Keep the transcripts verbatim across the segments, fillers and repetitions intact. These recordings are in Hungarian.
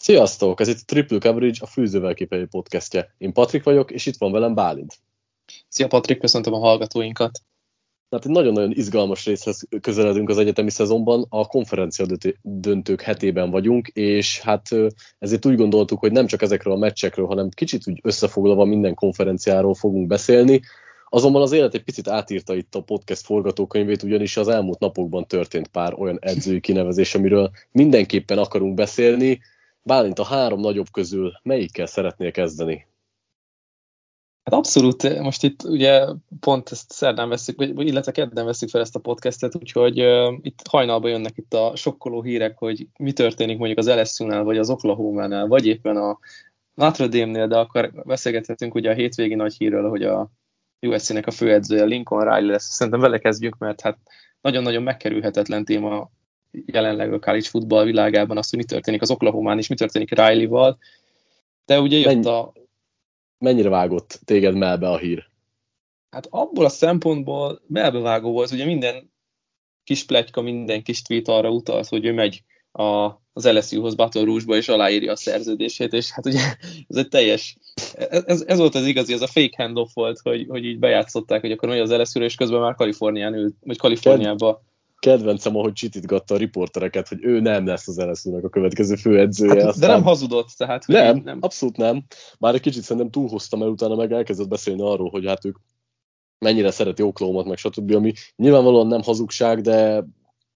Sziasztok! Ez itt a Triple Coverage, a Fűzővel Képelő podcastje. Én Patrik vagyok, és itt van velem Bálint. Szia Patrik, köszöntöm a hallgatóinkat! Hát egy nagyon-nagyon izgalmas részhez közeledünk az egyetemi szezonban, a konferencia döntők hetében vagyunk, és hát ezért úgy gondoltuk, hogy nem csak ezekről a meccsekről, hanem kicsit úgy összefoglalva minden konferenciáról fogunk beszélni. Azonban az élet egy picit átírta itt a podcast forgatókönyvét, ugyanis az elmúlt napokban történt pár olyan edzői kinevezés, amiről mindenképpen akarunk beszélni. Bálint, a három nagyobb közül melyikkel szeretnél kezdeni? Hát abszolút, most itt ugye pont ezt szerdán veszük, vagy illetve kedden veszük fel ezt a podcastet, úgyhogy uh, itt hajnalban jönnek itt a sokkoló hírek, hogy mi történik mondjuk az el es u-nál, vagy az Oklahoma-nál, vagy éppen a Notre Dame-nél, de akkor beszélgethetünk ugye a hétvégi nagy hírről, hogy a u es cé-nek a főedzője Lincoln Riley lesz. Szerintem vele kezdjük, mert hát nagyon-nagyon megkerülhetetlen téma jelenleg a college football világában az, hogy mi történik az Oklahomán és mi történik Riley-val. De ugye jött Mennyi, a... Mennyire vágott téged melbe a hír? Hát abból a szempontból melbevágó volt, ugye minden kis pletyka, minden kis tweet arra utalt, hogy ő megy a, az el es u-hoz Baton Rouge-ba és aláírja a szerződését, és hát ugye ez egy teljes... Ez, ez volt az igazi, ez a fake handoff volt, hogy, hogy így bejátszották, hogy akkor megy az el es u-ra, és közben már Kalifornián ült, vagy Kaliforniába. Kedvencem, ahogy csitítgatta a riportereket, hogy ő nem lesz az el es u-nak a következő főedzője. Hát, aztán... De nem hazudott, tehát... Hogy nem, nem, abszolút nem. Már egy kicsit szerintem túlhoztam, mert utána meg elkezdett beszélni arról, hogy hát ők mennyire szereti Oklahomát, meg stb., ami nyilvánvalóan nem hazugság, de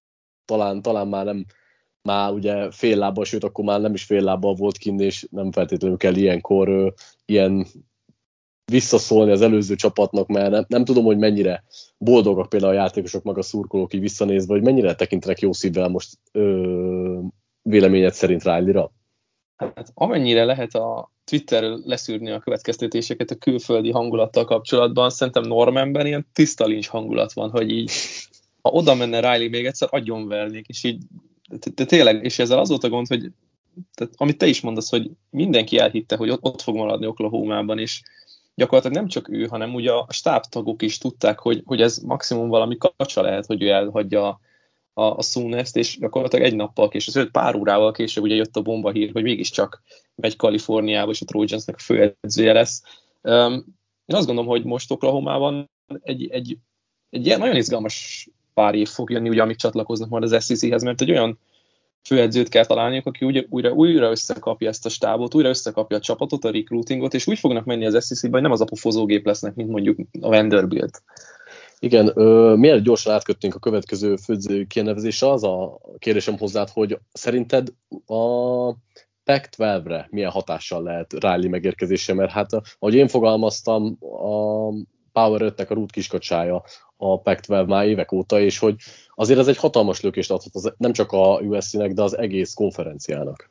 talán, talán már nem, már ugye fél lábbal, sőt akkor már nem is fél lábbal volt kinn, és nem feltétlenül kell ilyenkor uh, ilyen visszaszólni az előző csapatnak, mert nem, nem tudom, hogy mennyire boldogak például a játékosok, meg a szurkolók így visszanézve, hogy mennyire tekintenek jó szívvel most ö, véleményed szerint Riley-ra? Hát amennyire lehet a Twitterről leszűrni a következtetéseket a külföldi hangulattal kapcsolatban, szerintem Normanben ilyen tiszta lincs hangulat van, hogy így ha oda menne Riley még egyszer, agyonvernék, és így de tényleg, és ezzel az volt a gond, hogy tehát, amit te is mondasz, hogy mindenki elhitte, hogy ott, ott fog maradni Oklahomában, és gyakorlatilag nem csak ő, hanem ugye a stábtagok is tudták, hogy, hogy ez maximum valami kacsa lehet, hogy ő elhagyja a, a, a Soonest, és gyakorlatilag egy nappal később, sőt pár órával később ugye jött a bomba hír, hogy mégiscsak megy Kaliforniába, és a Trojansnek a főedzője lesz. Um, én azt gondolom, hogy most Oklahomában egy, egy, egy ilyen nagyon izgalmas pár év fog jönni, ugye, amíg csatlakoznak majd az es í cé-hez, mert egy olyan főedzőt kell találniuk, aki ugye, újra, újra összekapja ezt a stábot, újra összekapja a csapatot, a recruitingot, és úgy fognak menni az es í cé-be, hogy nem az apofozógép lesznek, mint mondjuk a Vanderbilt. Igen, ö, mielőtt gyorsan átkötnénk a következő főedző kinevezésre, az a kérdésem hozzád, hogy szerinted a Pac tizenkettőre milyen hatással lehet Riley megérkezése, mert hát ahogy én fogalmaztam, a Power ötnek a Ruth kiskacsája a Pac tizenkettő már évek óta, és hogy azért ez egy hatalmas lökést adhat az, nem csak a u es cé-nek, de az egész konferenciának.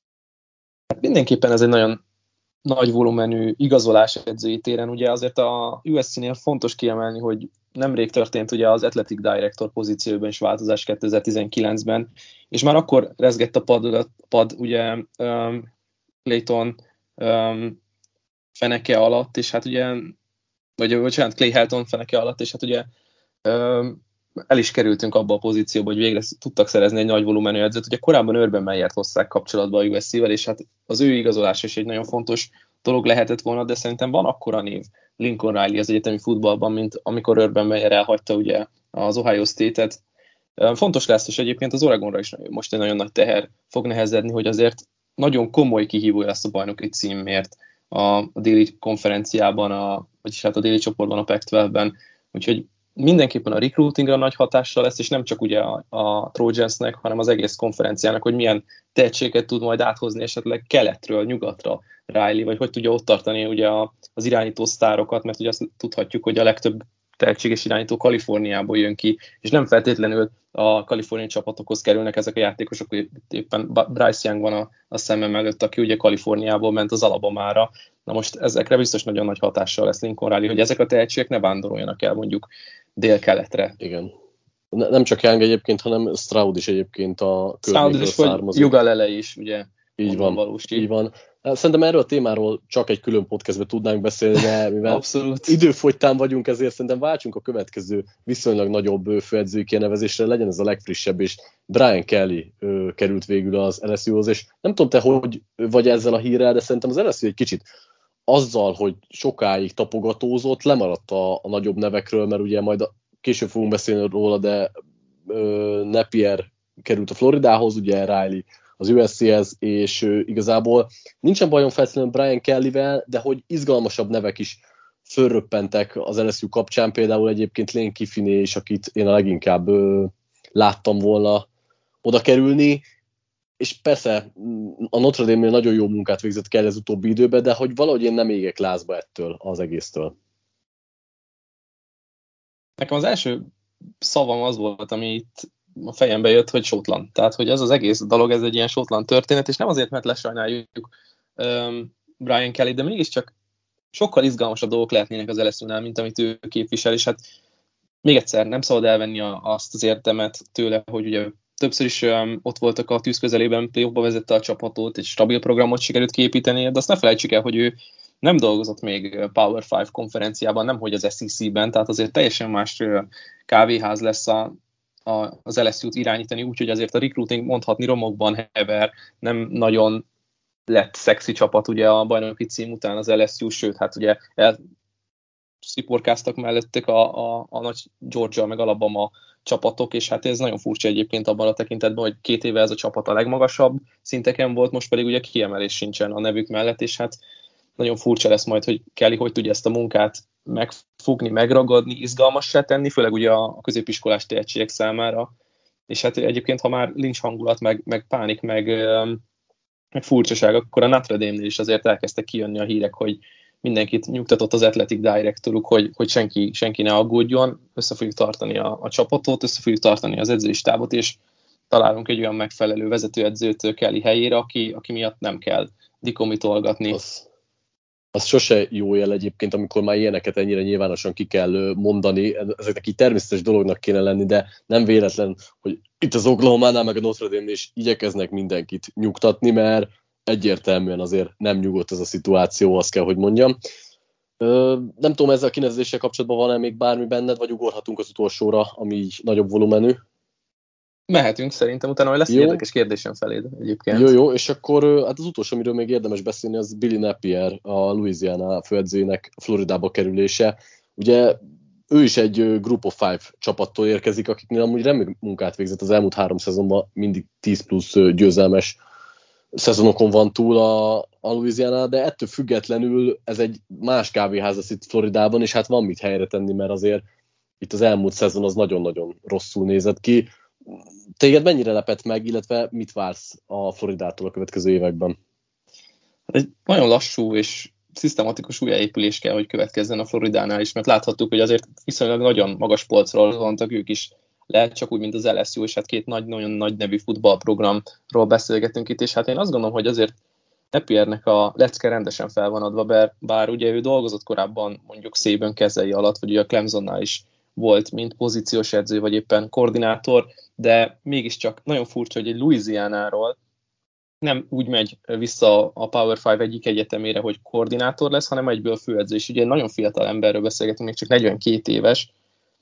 Hát mindenképpen ez egy nagyon nagy volumenű igazolás edzői téren. Ugye azért a u es cé-nél fontos kiemelni, hogy nemrég történt ugye az Athletic Director pozícióban is változás kétezer-tizenkilencben, és már akkor rezgett a pad, pad ugye um, Clayton um, feneke alatt, és hát ugye vagy bocsánat, Clay Helton feneke alatt, és hát ugye um, el is kerültünk abba a pozícióba, hogy végre tudtak szerezni egy nagy volumenű edzőt. Ugye korábban Urban Meyert hozták kapcsolatba a u es cé-vel, és hát az ő igazolás is egy nagyon fontos dolog lehetett volna, de szerintem van akkora név Lincoln Riley az egyetemi futballban, mint amikor Urban Meyer elhagyta ugye az Ohio State-et. Fontos lesz, és egyébként az Oregonra is most egy nagyon nagy teher fog nehezedni, hogy azért nagyon komoly kihívója lesz a bajnoki címért a déli konferenciában, a, vagyis hát a déli csoportban, a Pac tizenkettőben, úgyhogy mindenképpen a recruitingra nagy hatással lesz, és nem csak ugye a, a Trojansnek, hanem az egész konferenciának, hogy milyen tehetséget tud majd áthozni esetleg keletről, nyugatra Riley, vagy hogy tudja ott tartani ugye a, az irányító sztárokat, mert ugye azt tudhatjuk, hogy a legtöbb tehetséges irányító Kaliforniából jön ki, és nem feltétlenül a kaliforniai csapatokhoz kerülnek ezek a játékosok, hogy éppen Bryce Young van a, a szemem mögött, aki ugye Kaliforniából ment az Alabamára. Na most ezekre biztos nagyon nagy hatással lesz Lincoln Riley, hogy ezek a tehetségek ne vándoroljanak el mondjuk dél-keletre. Igen. Ne, nem csak Young egyébként, hanem Stroud is egyébként a környékről származik. Stroud is, vagy Ugalele is, ugye. Így van, így van. Szerintem erről a témáról csak egy külön podcastben tudnánk beszélni, de mivel Abszolút. időfogytán vagyunk, ezért szerintem váltsunk a következő viszonylag nagyobb főedzői kinevezésre, legyen ez a legfrissebb, és Brian Kelly ö, került végül az el es u-hoz, és nem tudom te, hogy vagy ezzel a hírrel, de szerintem az el es u egy kicsit azzal, hogy sokáig tapogatózott, lemaradt a, a nagyobb nevekről, mert ugye majd a, később fogunk beszélni róla, de ö, Napier került a Floridához, ugye Riley az u es cé-hez, és ö, igazából nincsen bajom feltétlenül Brian Kellyvel, de hogy izgalmasabb nevek is fölröppentek az el es u kapcsán, például egyébként Lane Kiffin is, akit én a leginkább ö, láttam volna oda kerülni, és persze a Notre Dame-nél nagyon jó munkát végzett Kelly az utóbbi időben, de hogy valahogy én nem égek lázba ettől az egésztől. Nekem az első szavam az volt, ami itt a fejembe jött, hogy sótlan. Tehát, hogy ez az egész dolog, ez egy ilyen sótlan történet, és nem azért, mert lesajnáljuk um, Brian Kelly, de mégiscsak sokkal izgalmasabb dolgok lehetnének az el es u-nál, mint amit ő képvisel, és hát még egyszer, nem szabad elvenni a, azt az érdemet tőle, hogy ugye többször is um, ott voltak a tűz közelében, playoffba vezette a csapatot, egy stabil programot sikerült kiépíteni, de azt ne felejtsük el, hogy ő nem dolgozott még Power öt konferenciában, nemhogy az es í cé-ben, tehát azért teljesen más kávéház lesz a, a, az el es u-t irányítani, úgyhogy azért a recruiting mondhatni romokban hever, nem nagyon lett szexi csapat ugye a bajnoki cím után az el es u, sőt, hát ugye el sziporkáztak mellettük a, a, a nagy Georgia meg Alabama csapatok, és hát ez nagyon furcsa egyébként abban a tekintetben, hogy két éve ez a csapat a legmagasabb szinteken volt, most pedig ugye kiemelés sincsen a nevük mellett, és hát nagyon furcsa lesz majd, hogy Kelly hogy tudja ezt a munkát megfogni, megragadni, izgalmassá tenni, főleg ugye a középiskolás tehetségek számára. És hát egyébként, ha már lincs hangulat, meg, meg pánik, meg, meg furcsaság, akkor a Notre Dame-nél is azért elkezdtek kijönni a hírek, hogy mindenkit nyugtatott az athletic directoruk, hogy, hogy senki, senki ne aggódjon, össze fogjuk tartani a, a csapatot, össze fogjuk tartani az edzői stábot, és találunk egy olyan megfelelő vezetőedzőt Kelly helyére, aki, aki miatt nem kell dikomitolgatni. Az, az sose jó jel egyébként, amikor már ilyeneket ennyire nyilvánosan ki kell mondani, ezeknek így természetes dolognak kéne lenni, de nem véletlen, hogy itt az Oklahománál meg a Notre Dame-nél is igyekeznek mindenkit nyugtatni, mert egyértelműen azért nem nyugodt ez a szituáció, azt kell, hogy mondjam. Ö, nem tudom, ezzel a kinevezéssel kapcsolatban van-e még bármi benned, vagy ugorhatunk az utolsóra, ami így nagyobb volumenű? Mehetünk szerintem, utána hogy lesz egy érdekes kérdésem feléd egyébként. Jó, jó, és akkor hát az utolsó, amiről még érdemes beszélni, az Billy Napier, a Louisiana főedzőjének Floridába kerülése. Ugye ő is egy Group of Five csapattól érkezik, akiknél amúgy remek munkát végzett az elmúlt három szezonban, mindig tíz plusz győzelmes szezonokon van túl a, a Louisiana, de ettől függetlenül ez egy más kávéház az itt Floridában, és hát van mit helyre tenni, mert azért itt az elmúlt szezon az nagyon-nagyon rosszul nézett ki. Téged mennyire lepett meg, illetve mit vársz a Floridától a következő években? Egy nagyon lassú és szisztematikus újjáépülés kell, hogy következzen a Floridánál is, mert láthattuk, hogy azért viszonylag nagyon magas polcról vannak ők is, lehet csak úgy, mint az el es u, és hát két nagy, nagyon nagy nevű futballprogramról beszélgetünk itt, és hát én azt gondolom, hogy azért Napiernek a lecke rendesen fel van adva, bár, bár ugye ő dolgozott korábban mondjuk Saban kezei alatt, vagy ugye a Clemsonnál is volt, mint pozíciós edző, vagy éppen koordinátor, de mégiscsak nagyon furcsa, hogy egy Louisianáról nem úgy megy vissza a Power öt egyik egyetemére, hogy koordinátor lesz, hanem egyből főedző, és ugye nagyon fiatal emberről beszélgetünk, még csak negyvenkét éves.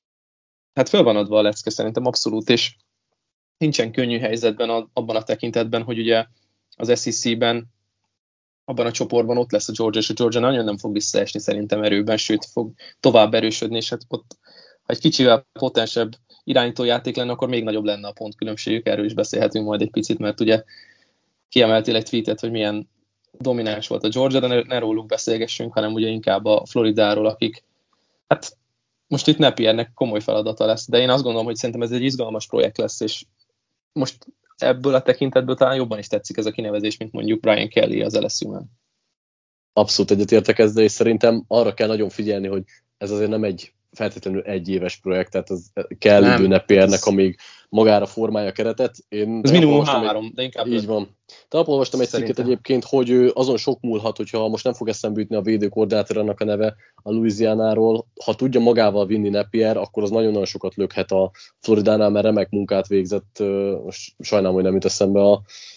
Hát föl van adva a lecke szerintem abszolút, és nincsen könnyű helyzetben a, abban a tekintetben, hogy ugye az es í cé-ben abban a csoportban ott lesz a Georgia, és a Georgia nagyon nem fog visszaesni szerintem erőben, sőt fog tovább erősödni, és hát ott, ha egy kicsivel potensebb irányítójáték lenne, akkor még nagyobb lenne a pontkülönbségük, erről is beszélhetünk majd egy picit, mert ugye kiemeltél egy tweetet, hogy milyen domináns volt a Georgia, de ne, ne róluk beszélgessünk, hanem ugye inkább a Floridáról, akik, hát most itt Napiernek komoly feladata lesz, de én azt gondolom, hogy szerintem ez egy izgalmas projekt lesz, és most ebből a tekintetből talán jobban is tetszik ez a kinevezés, mint mondjuk Brian Kelly az el es u-nál. Abszolút egyetértek ezzel, és szerintem arra kell nagyon figyelni, hogy ez azért nem egy feltétlenül egy éves projekt, tehát az kell idő Napiernek, amíg magára formálja a keretet. Én ez minimum három, egy, de inkább... Így van. Tehát olvastam egy cikket egyébként, hogy azon sok múlhat, hogyha most nem fog eszembe jutni a védőkoordinátorának a neve a Louisianáról, ha tudja magával vinni Napier, akkor az nagyon-nagyon sokat lökhet a Floridánál, mert remek munkát végzett, most sajnálom, hogy nem jut eszembe a,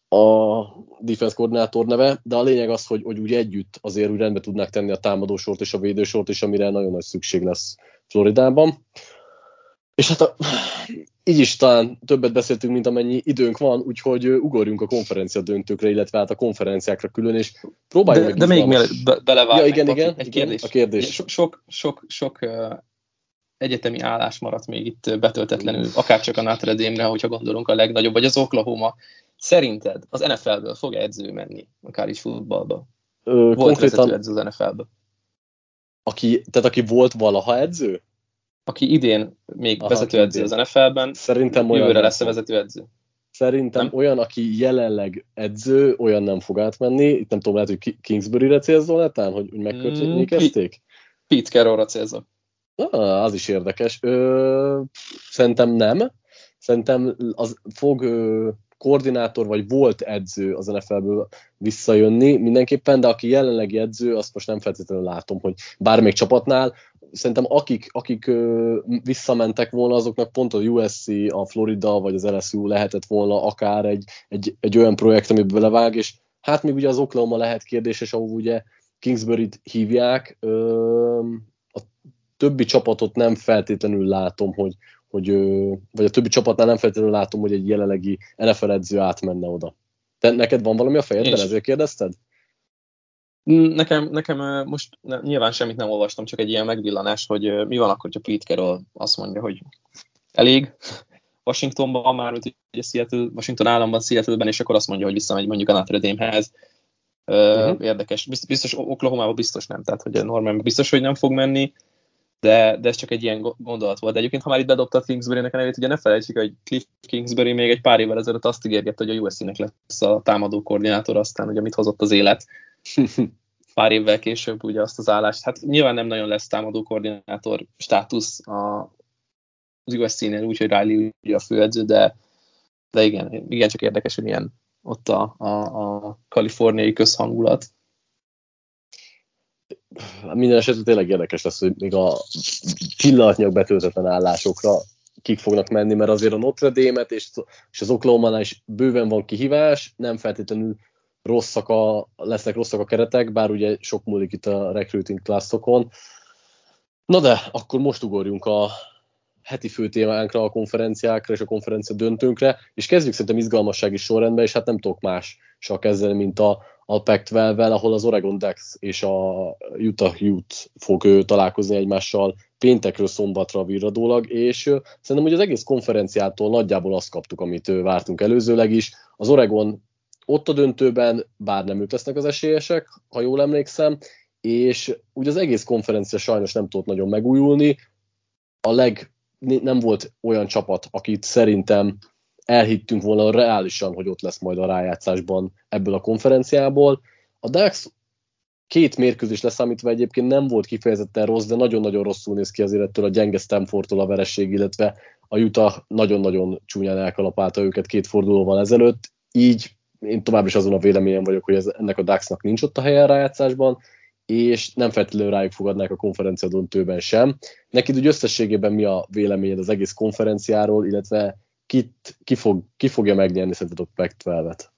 a defense koordinátor neve, de a lényeg az, hogy, hogy úgy együtt azért úgy rendbe tudnák tenni a támadósort és a védősort, és amire nagyon nagy szükség lesz Floridában. És hát a, így is talán többet beszéltünk, mint amennyi időnk van, úgyhogy ugorjunk a konferencia döntőkre, illetve hát a konferenciákra külön, és próbáljuk de, meg. De még mielőtt be, belevágnak, ja, igen, igen, egy igen, kérdés. A kérdés. Sok, sok, sok, sok uh, egyetemi állás maradt még itt betöltetlenül, akárcsak a Notre Dame-re, hogyha gondolunk a legnagyobb, vagy az Oklahoma. Szerinted az en ef el-ből fog edző menni, akár is futballba? Ö, volt konkrétan, vezető edző az en ef el-ből. Aki, tehát aki volt valaha edző? Aki idén még Aha, vezetőedző az en ef el-ben, szerintem olyan jövőre lesz a vezetőedző. Szerintem nem? Olyan, aki jelenleg edző, olyan nem fog átmenni. Itt nem tudom, lehet, hogy Kingsbury-re célzol netán, hogy megkötnékezték? Mm, Pete Carroll-ra célzol. Ah, az is érdekes. Ö, szerintem nem. Szerintem az fog ö, koordinátor, vagy volt edző az en ef el-ből visszajönni mindenképpen, de aki jelenlegi edző, azt most nem feltétlenül látom, hogy bármelyik csapatnál. Szerintem akik, akik ö, visszamentek volna, azoknak pont a u es cé, a Florida vagy az el es u lehetett volna akár egy, egy, egy olyan projekt, amiben belevág, és hát még ugye az Oklahoma lehet kérdéses, ahol ugye Kingsbury-t hívják, ö, a többi csapatot nem feltétlenül látom, hogy, hogy ö, vagy a többi csapatnál nem feltétlenül látom, hogy egy jelenlegi en ef el edző átmenne oda. Te, neked van valami a fejedben, és ezért kérdezted? Nekem, nekem most nyilván semmit nem olvastam, csak egy ilyen megvillanás, hogy mi van akkor, ha Pete Carroll azt mondja, hogy elég Washingtonban, már ugye Seattle, Washington államban, Seattle-ben, és akkor azt mondja, hogy visszamegy mondjuk a Notre Dame-hez. Uh-huh. Érdekes. Biztos Oklahomában biztos nem, tehát hogy Norman biztos, hogy nem fog menni, de, de ez csak egy ilyen gondolat volt. De egyébként, ha már itt bedobtad Kingsbury-nek a nevét, ugye ne felejtsük, hogy Cliff Kingsbury még egy pár évvel ezelőtt azt ígérgette, hogy a u es cé-nek lesz a támadó koordinátor, aztán ugye mit hozott az élet. Pár évvel később ugye azt az állást. Hát nyilván nem nagyon lesz támadó koordinátor státusz a, az u es cé-nél, úgyhogy Riley ugye a főedző, de, de igen, igen, csak érdekes, hogy milyen ott a, a, a kaliforniai közhangulat. Minden esetben tényleg érdekes lesz, hogy még a pillanatnyiak betöltetlen állásokra kik fognak menni, mert azért a Notre Dame-et és, és az Oklahoma-nál is bőven van kihívás, nem feltétlenül rosszak a, lesznek rosszak a keretek, bár ugye sok múlik itt a recruiting classokon. Na de, akkor most ugorjunk a heti főtémánkra, a konferenciákra és a konferencia döntőnkre, és kezdjük szerintem izgalmassági sorrendben, és hát nem tudok mással kezdeni, mint a, a Pac tizenvel, ahol az Oregon Ducks és a Utah Ute fog találkozni egymással péntekről szombatra virradólag, és szerintem, hogy az egész konferenciától nagyjából azt kaptuk, amit vártunk előzőleg is. Az Oregon ott a döntőben, bár nem ők lesznek az esélyesek, ha jól emlékszem, és ugye az egész konferencia sajnos nem tudott nagyon megújulni. A leg nem volt olyan csapat, akit szerintem elhittünk volna reálisan, hogy ott lesz majd a rájátszásban ebből a konferenciából. A Ducks két mérkőzés leszámítva egyébként nem volt kifejezetten rossz, de nagyon-nagyon rosszul néz ki azért ettől a gyenge Stanfordtól a vereség, illetve a Utah nagyon-nagyon csúnyán elkalapálta őket két fordulóval ezelőtt, így én továbbra is azon a véleményen vagyok, hogy ez, ennek a Ducksnak nincs ott a helye a rájátszásban, és nem feltétlenül rájuk fogadnák a konferencia döntőben sem. Neked úgy összességében mi a véleményed az egész konferenciáról, illetve kit, ki, fog, ki fogja megnyerni szerinted a Pac tizenöt?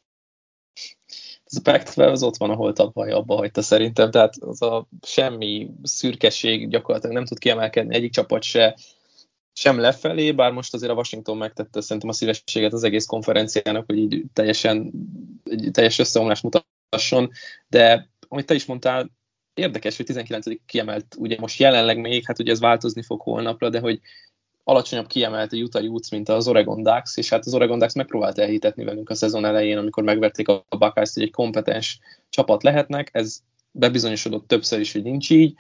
Ez a Pac tizenöt az ott van, ahol tavaly abba hagyta szerintem, tehát az a semmi szürkesség gyakorlatilag nem tud kiemelkedni egyik csapat se, sem lefelé, bár most azért a Washington megtette szerintem a szívességet az egész konferenciának, hogy így teljesen egy teljes összeomlást mutasson, de amit te is mondtál, érdekes, hogy tizenkilencedik kiemelt, ugye most jelenleg még, hát ugye ez változni fog holnapra, de hogy alacsonyabb kiemelt a Utah Utes, mint az Oregon Ducks, és hát az Oregon Ducks megpróbált elhitetni velünk a szezon elején, amikor megverték a Buckeyes, hogy egy kompetens csapat lehetnek, ez bebizonyosodott többször is, hogy nincs így,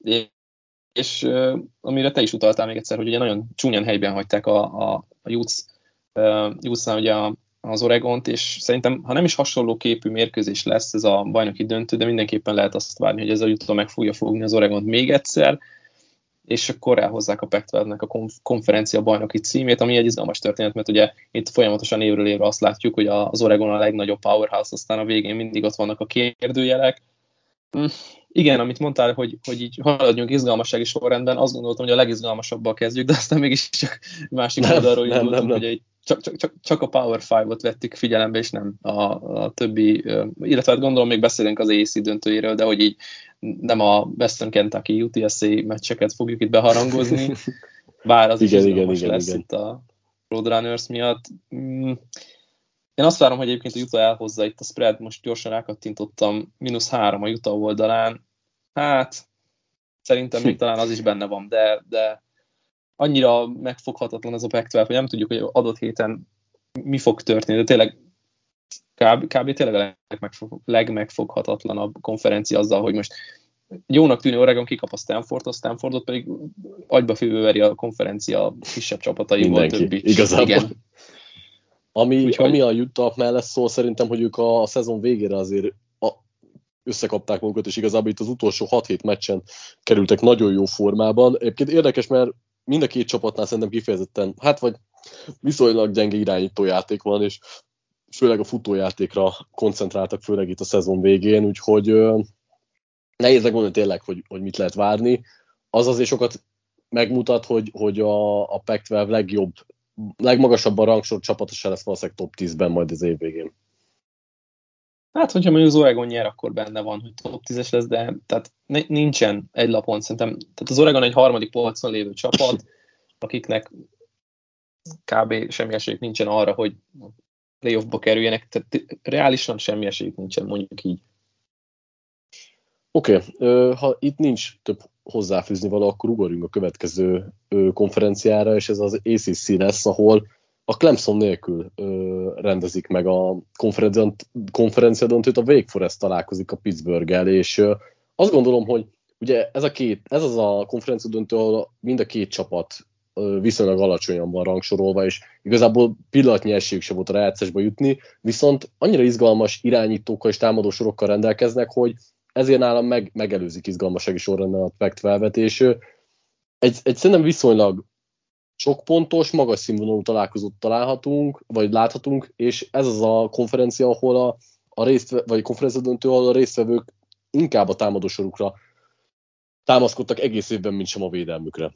és uh, amire te is utaltál még egyszer, hogy ugye nagyon csúnyan helyben hagyták a, a, a Utes, uh, Utesnál ugye a, az Oregont, és szerintem, ha nem is hasonló képű mérkőzés lesz ez a bajnoki döntő, de mindenképpen lehet azt várni, hogy ez a Utah meg fogja fogni az Oregont még egyszer, és akkor elhozzák a Pac tizennek a konf- konferencia bajnoki címét, ami egy izgalmas történet, mert ugye itt folyamatosan évről évre azt látjuk, hogy az Oregon a legnagyobb powerhouse, aztán a végén mindig ott vannak a kérdőjelek. Mm, igen, amit mondtál, hogy, hogy így haladjunk izgalmassági sorrendben, azt gondoltam, hogy a legizgalmasabbal kezdjük, de aztán mégis csak másik nem, oldalról nem, indultunk, nem, nem. hogy egy csak, csak, csak, csak a Power öt-ot vettük figyelembe, és nem a, a többi, illetve hát gondolom még beszélünk az á cé döntőjéről, de hogy így nem a Western Kentucky u té es á meccseket fogjuk itt beharangozni, bár az igen, is izgalmas igen, lesz igen. Itt a Roadrunners miatt. Én azt várom, hogy egyébként a Utah elhozza itt a spread, most gyorsan rákattintottam, mínusz három a Utah oldalán. Hát, szerintem még talán az is benne van, de, de annyira megfoghatatlan ez a Pac tizenkettő, hogy nem tudjuk, hogy adott héten mi fog történni, de tényleg kb. kb. Tényleg a legmegfog, legmegfoghatatlanabb konferencia azzal, hogy most jónak tűnő Oregon kikap a Stanford, a Stanfordot pedig agyba főveri a konferencia kisebb csapataiból többi. Igazából. Igen. Ami, Úgyhogy... ami a Utah mellett szól, szerintem, hogy ők a, a szezon végére azért a, összekapták magukat, és igazából itt az utolsó hat-hét meccsen kerültek nagyon jó formában. Egyébként érdekes, mert mind a két csapatnál szerintem kifejezetten, hát vagy viszonylag gyenge irányítójáték van, és főleg a futójátékra koncentráltak, főleg itt a szezon végén, úgyhogy ö, nehéz megmondani tényleg, hogy, hogy mit lehet várni. Az azért sokat megmutat, hogy, hogy a, a Pac tizenkettő legjobb, legmagasabban rangsort csapata se lesz valószínűleg top tízben majd az év végén. Hát, hogyha mondjuk az Oregon nyer, akkor benne van, hogy top tízes lesz, de tehát nincsen egy lapon, szerintem. Tehát az Oregon egy harmadik polcon lévő csapat, akiknek kb. Semmi esélyük nincsen arra, hogy playoffba kerüljenek, tehát reálisan semmi esélyük nincsen, mondjuk így. Oké, okay. Ha itt nincs több hozzáfűzni való, akkor ugorjunk a következő konferenciára, és ez az á cé cé lesz, ahol a Clemson nélkül ö, rendezik meg a konferencia döntőt, a Wake Forest találkozik a Pittsburgh-el, és ö, azt gondolom, hogy ugye ez, a két, ez az a konferencia döntő, ahol mind a két csapat ö, viszonylag alacsonyan van rangsorolva, és igazából pillanatnyi esélyük sem volt a rájátszásba jutni, viszont annyira izgalmas irányítókkal és támadósorokkal rendelkeznek, hogy ezért nálam meg, megelőzik izgalmasági sorrendben a Pac tizenkettőt, és ö, egy, egy szerintem viszonylag sok pontos, magas színvonalú találkozót találhatunk, vagy láthatunk, és ez az a konferencia, ahol a, a részt, vagy konferencia döntő, ahol a résztvevők inkább a támadósorukra támaszkodtak egész évben, mint sem a védelmükre.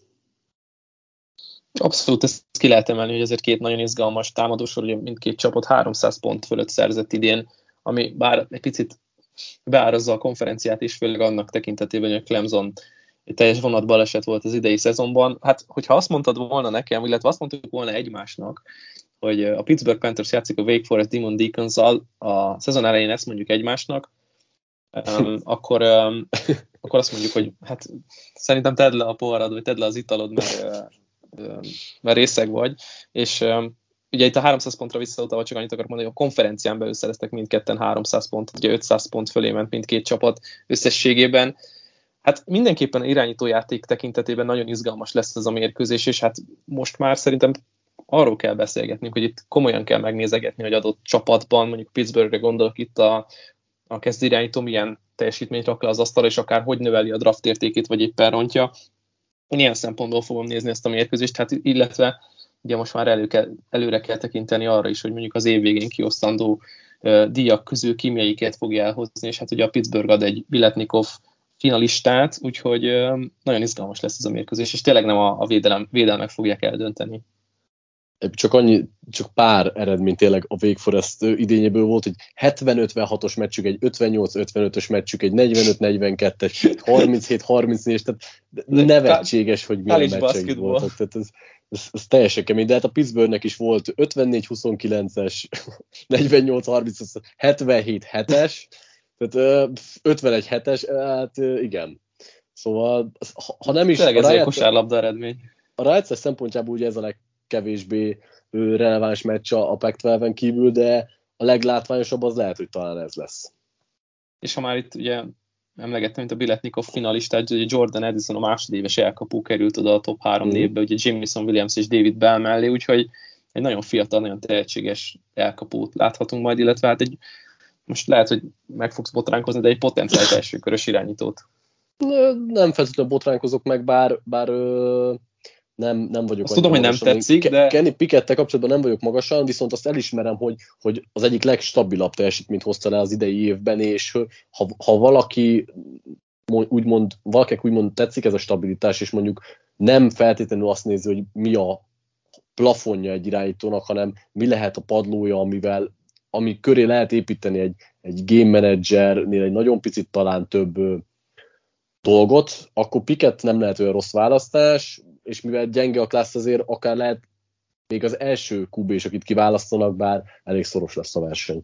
Abszolút, ezt ki lehet emelni, hogy ezért két nagyon izgalmas támadósor, ugye mindkét csapat háromszáz pont fölött szerzett idén, ami bár egy picit beárazza a konferenciát is, főleg annak tekintetében, hogy a Clemson egy teljes vonatbaleset volt az idei szezonban. Hát, hogyha azt mondtad volna nekem, illetve azt mondtuk volna egymásnak, hogy a Pittsburgh Panthers játszik a Wake Forest Demon Deacons-al a szezon elején, ezt mondjuk egymásnak, um, akkor, um, akkor azt mondjuk, hogy hát szerintem tedd le a poharad, vagy tedd le az italod, mert, uh, mert részeg vagy. És um, ugye itt a háromszáz pontra visszautalva csak annyit akarok mondani, hogy a konferencián belül szereztek mindketten háromszáz pontot, ugye ötszáz pont fölé ment mindkét csapat összességében. Hát mindenképpen irányítójáték tekintetében nagyon izgalmas lesz ez a mérkőzés, és hát most már szerintem arról kell beszélgetnünk, hogy itt komolyan kell megnézegetni, hogy adott csapatban, mondjuk Pittsburghre gondolok itt a, a kezdőirányító milyen teljesítményt rak le az asztalra, és akár hogy növeli a draft értékét, vagy éppen rontja. Én ilyen szempontból fogom nézni ezt a mérkőzést, hát illetve ugye most már elő kell, előre kell tekinteni arra is, hogy mondjuk az év végén kiosztandó uh, díjak közül ki melyiket fogja elhozni, és hát ugye a Pittsburgh ad egy Biletnikov finalistát, úgyhogy uh, nagyon izgalmas lesz ez a mérkőzés, és tényleg nem a, a védelem, védelmek fogják eldönteni. Csak annyi, csak pár eredmény tényleg a Wake Forest idényéből volt, hogy hetven ötvenhatos meccsük, egy ötvennyolc ötvenötös meccsük, egy negyvenöt negyvenkettes, harminchét harmincnégy, tehát nevetséges, hogy milyen meccsek voltak. Tehát ez, ez, ez teljesen kemény, de hát a Pittsburghnek is volt ötvennégy huszonkilences, negyvennyolc harminc, hetvenhét hetes, tehát ötvenegy hetes, hát igen. Szóval, ha nem is... Tényleg ez egy kosárlabda eredmény. A rájátszás szempontjából ugye ez a legkevésbé releváns meccs a Pac tizenkettőn kívül, de a leglátványosabb az lehet, hogy talán ez lesz. És ha már itt ugye emlegettem, mint a Biletnikov finalistát, ugye Jordan Addison a másodéves elkapó került oda a top három mm. névbe, ugye Jamison Williams és David Bell mellé, úgyhogy egy nagyon fiatal, nagyon tehetséges elkapót láthatunk majd, illetve hát egy, most lehet, hogy meg fogsz botránkozni, de egy potenciális elsőkörös irányítót. Nem feltétlenül botránkozok meg, bár, bár ö, nem, nem vagyok... Azt tudom, hogy nem tetszik, Ke- de... Kenny Pickettel kapcsolatban nem vagyok magasan, viszont azt elismerem, hogy, hogy az egyik legstabilabb teljesítményt hozta le az idei évben, és ha, ha valaki úgymond, valakinek úgymond tetszik ez a stabilitás, és mondjuk nem feltétlenül azt nézi, hogy mi a plafonja egy irányítónak, hanem mi lehet a padlója, amivel, ami köré lehet építeni egy, egy game managernél egy nagyon picit talán több ö, dolgot, akkor Pickett nem lehet olyan rossz választás, és mivel gyenge a klassz, azért akár lehet még az első kú bé is, akit kiválasztanak, bár elég szoros lesz a verseny.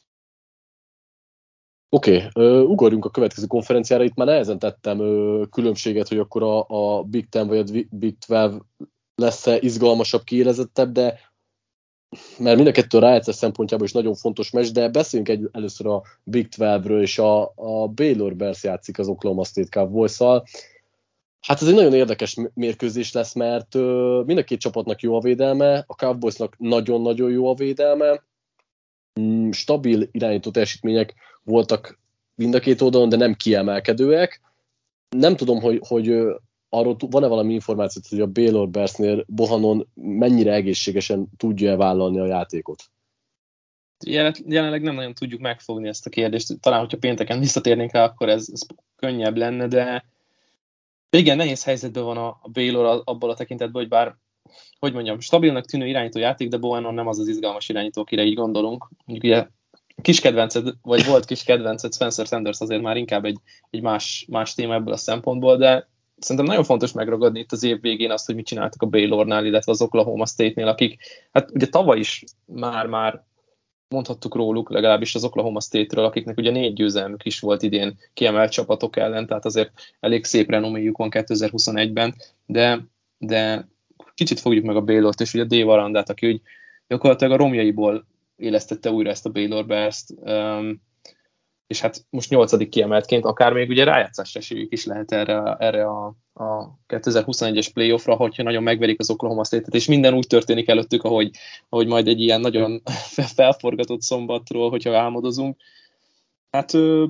Oké, okay, ugorjunk a következő konferenciára. Itt már nehezen tettem ö, különbséget, hogy akkor a, a Big Ten vagy a Big Twelve lesz-e izgalmasabb, kiélezettebb, de mert mind a kettő a rájátszás szempontjából is nagyon fontos meccs, de beszéljünk egy, először a Big Twelve-ről, és a, a Baylor Bears játszik az Oklahoma State Cowboys-szal. Hát ez egy nagyon érdekes mérkőzés lesz, mert ö, mind a két csapatnak jó a védelme, a Cowboysnak nagyon-nagyon jó a védelme, mm, stabil irányító teljesítmények voltak mind a két oldalon, de nem kiemelkedőek. Nem tudom, hogy, hogy ö, arról van-e valami információ, hogy a Baylor Bearsnél Bohanon mennyire egészségesen tudja-e vállalni a játékot? Jelenleg nem nagyon tudjuk megfogni ezt a kérdést. Talán, hogyha pénteken visszatérnénk rá, akkor ez, ez könnyebb lenne, de igen, nehéz helyzetben van a Baylor abból a tekintetben, hogy bár, hogy mondjam, stabilnak tűnő irányító játék, de Bohannon nem az az izgalmas irányító, akire így gondolunk. Mondjuk ugye kis kedvenced, vagy volt kis kedvenced, Spencer Sanders azért már inkább egy, egy más, más téma ebből a szempontból, de szerintem nagyon fontos megragadni itt az év végén azt, hogy mit csináltak a Baylornál, illetve az Oklahoma State-nél, akik, hát ugye tavaly is már-már mondhattuk róluk, legalábbis az Oklahoma State-ről, akiknek ugye négy győzelmük is volt idén kiemelt csapatok ellen, tehát azért elég szép renoméjuk van kétezer-huszonegyben, de, de kicsit fogjuk meg a Baylort, és ugye Dave Arandát, aki úgy gyakorlatilag a romjaiból élesztette újra ezt a Baylor Bears-t, um, és hát most nyolcadik kiemeltként, akár még ugye rájátszás esélyük is lehet erre, erre a, a kétezer-huszonegyes playoffra, hogyha nagyon megverik az Oklahoma State-et, és minden úgy történik előttük, ahogy, ahogy majd egy ilyen nagyon felforgatott szombatról, hogyha álmodozunk. Hát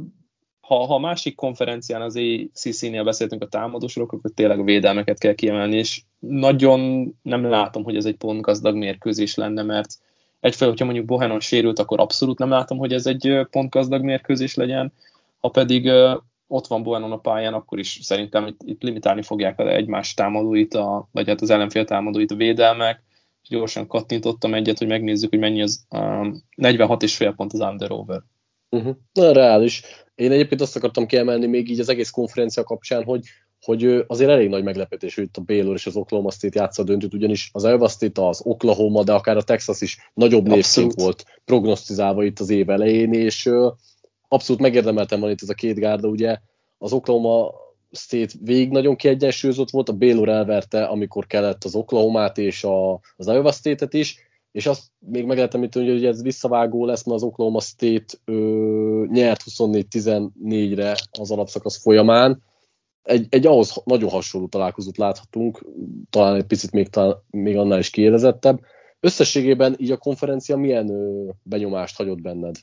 ha, ha a másik konferencián, az á cé cé-nél beszéltünk a támadósról, akkor tényleg a védelmeket kell kiemelni, és nagyon nem látom, hogy ez egy pontgazdag mérkőzés lenne, mert egyfelől, hogyha mondjuk Bohannon sérült, akkor abszolút nem látom, hogy ez egy pontgazdag mérkőzés legyen. Ha pedig uh, ott van Bohannon a pályán, akkor is szerintem itt, itt limitálni fogják egymás támadóit, a, vagy hát az ellenfél támadóit a védelmek. Gyorsan kattintottam egyet, hogy megnézzük, hogy mennyi az um, negyvenhat és fél pont az under-over. Uh-huh. Na, reális. Én egyébként azt akartam kiemelni még így az egész konferencia kapcsán, hogy hogy azért elég nagy meglepetés, hogy itt a Baylor és az Oklahoma State játsza a döntőt, ugyanis az Iowa State, az Oklahoma, de akár a Texas is nagyobb névként volt prognosztizálva itt az év elején, és uh, abszolút megérdemeltem van itt ez a két gárda, ugye az Oklahoma State végig nagyon kiegyensúlyozott volt, a Baylor elverte, amikor kellett az Oklahomát és a, az Iowa State-et is, és azt még meg lehet említeni, hogy ez visszavágó lesz, mert az Oklahoma State ö, nyert huszonnégy tizennégyre az alapszakasz folyamán. Egy, egy ahhoz nagyon hasonló találkozót láthatunk, talán egy picit még, talán, még annál is kiélezettebb. Összességében így a konferencia milyen ö, benyomást hagyott benned?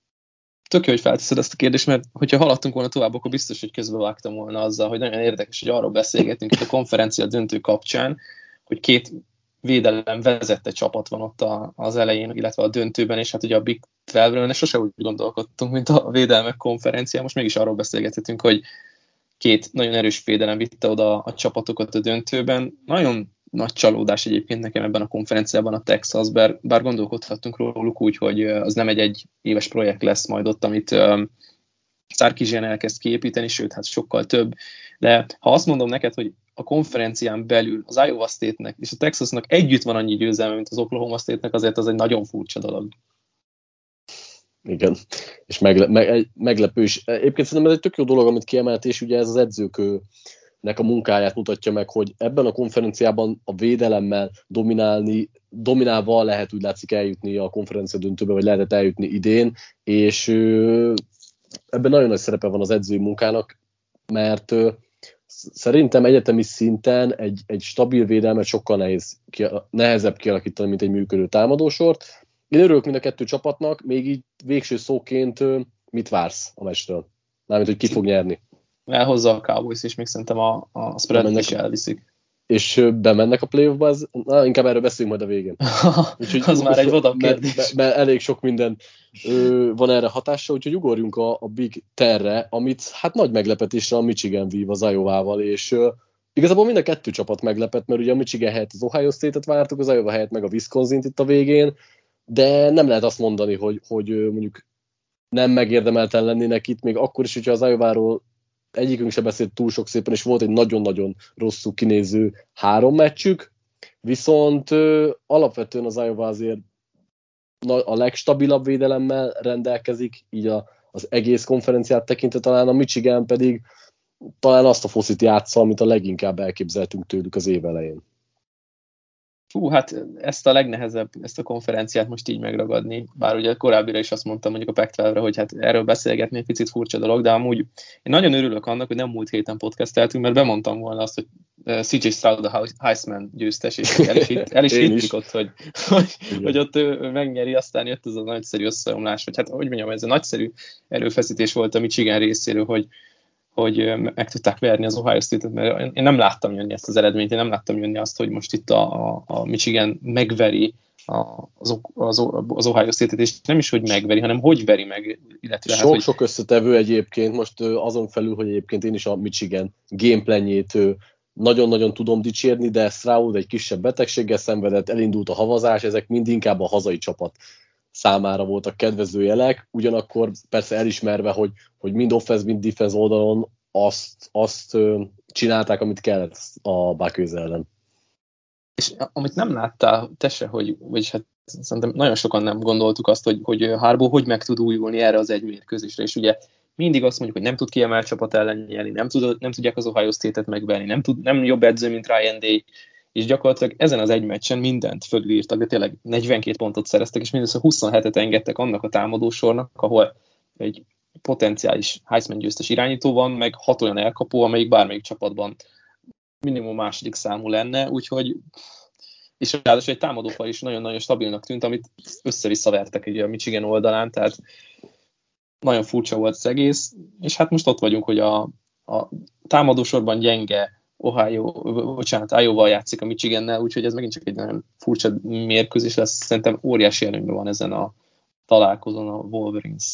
Tök jó, hogy felteszed ezt a kérdést, mert hogyha haladtunk volna tovább, akkor biztos, hogy közbevágtam volna azzal, hogy nagyon érdekes, hogy arról beszélgetünk itt a konferencia döntő kapcsán, hogy két védelem vezette csapat van ott a, az elején, illetve a döntőben, és hát ugye a Big Twelve-ről sose úgy gondolkodtunk, mint a védelmek konferencia, most mégis arról beszélgethetünk, hogy két nagyon erős védelem vitte oda a csapatokat a döntőben. Nagyon nagy csalódás egyébként nekem ebben a konferenciában a Texas, bár, bár gondolkodhattunk róluk úgy, hogy az nem egy egy éves projekt lesz majd ott, amit um, Sarkisian elkezd kiépíteni, sőt, hát sokkal több. De ha azt mondom neked, hogy a konferencián belül az Iowa State-nek és a Texasnak együtt van annyi győzelme, mint az Oklahoma State-nek, azért az egy nagyon furcsa dolog. Igen, és megle- meg- meglepő is. Egyébként szerintem ez egy tök jó dolog, amit kiemelt, és ugye ez az edzőknek a munkáját mutatja meg, hogy ebben a konferenciában a védelemmel dominálni, dominálva lehet úgy látszik eljutni a konferencia döntőbe, vagy lehetett eljutni idén, és ö, ebben nagyon nagy szerepe van az edzői munkának, mert ö, szerintem egyetemi szinten egy, egy stabil védelmet sokkal nehéz, nehezebb kialakítani, mint egy működő támadósort. Én örülök mind a kettő csapatnak, még így végső szóként mit vársz a meccsről? Mármint, hogy ki fog nyerni. Elhozza a Cowboys, és még szerintem a, a spreadet is elviszik. És bemennek a playoffba, ez, na, inkább erről beszélünk majd a végén. Úgyhogy, az már egy vadabb kérdés. Mert, mert elég sok minden ö, van erre hatása, úgyhogy ugorjunk a, a Big Ten-re, amit hát nagy meglepetésre a Michigan vív az Iowa-val, és ö, Igazából mind a kettő csapat meglepett, mert ugye a Michigan helyett az Ohio State-et vártuk, az Iowa helyett meg a Wisconsin-t itt a végén, de nem lehet azt mondani, hogy, hogy mondjuk nem megérdemelten lennének itt, még akkor is, hogyha az Iowa-ról egyikünk sem beszélt túl sok szépen, és volt egy nagyon-nagyon rosszul kinéző három meccsük, viszont ö, alapvetően az Iowa azért a legstabilabb védelemmel rendelkezik, így a, az egész konferenciát tekintve, talán a Michigan pedig talán azt a foszit játsza, amit a leginkább elképzeltünk tőlük az év elején. Hú, hát ezt a legnehezebb, ezt a konferenciát most így megragadni, bár ugye korábbira is azt mondtam mondjuk a Pac tizenkettőre, hogy hát erről beszélgetni egy picit furcsa dolog, de amúgy én nagyon örülök annak, hogy nem múlt héten podcasteltünk, mert bemondtam volna azt, hogy cé jé Stroud a Heisman győztes, és el is, itt, el is hittik ott, hogy, hogy, hogy ott ő megnyeri, aztán jött ez a nagyszerű összeomlás, vagy hát hogy mondjam, ez a nagyszerű erőfeszítés volt a Michigan részéről, hogy hogy meg tudták verni az Ohio State-et, mert én nem láttam jönni ezt az eredményt, én nem láttam jönni azt, hogy most itt a, a Michigan megveri az, az, az Ohio State-et, és nem is, hogy megveri, hanem hogy veri meg. Illetve sok, hát, sok hogy... összetevő egyébként, most azon felül, hogy egyébként én is a Michigan gameplanjét nagyon-nagyon tudom dicsérni, de Stroud egy kisebb betegséggel szenvedett, elindult a havazás, ezek mind inkább a hazai csapat számára voltak kedvező jelek, ugyanakkor persze elismerve, hogy, hogy mind offense, mind defense oldalon azt, azt csinálták, amit kellett a Buckeyes ellen. És amit nem láttál te se, hogy, vagyis hát szerintem nagyon sokan nem gondoltuk azt, hogy, hogy Harbaugh hogy meg tud újulni erre az egy mérkőzésre, és ugye mindig azt mondjuk, hogy nem tud kiemelt csapat ellen nyerni, nem, tud, nem tudják az Ohio State-et megverni, nem, tud, nem jobb edző, mint Ryan Day, és gyakorlatilag ezen az egy meccsen mindent fölírtak, de tényleg negyvenkét pontot szereztek, és mindössze huszonhetet engedtek annak a támadósornak, ahol egy potenciális Heisman győztes irányító van, meg hat olyan elkapó, amelyik bármelyik csapatban minimum második számú lenne, úgyhogy és ráadásul egy támadófal is nagyon-nagyon stabilnak tűnt, amit össze-visszavertek ugye a Michigan oldalán, tehát nagyon furcsa volt az egész, és hát most ott vagyunk, hogy a, a támadósorban gyenge Ohio, bocsánat, Iowa játszik a Michigannel, úgyhogy ez megint csak egy nagyon furcsa mérkőzés lesz. Szerintem óriási előnyben van ezen a találkozón a Wolverines.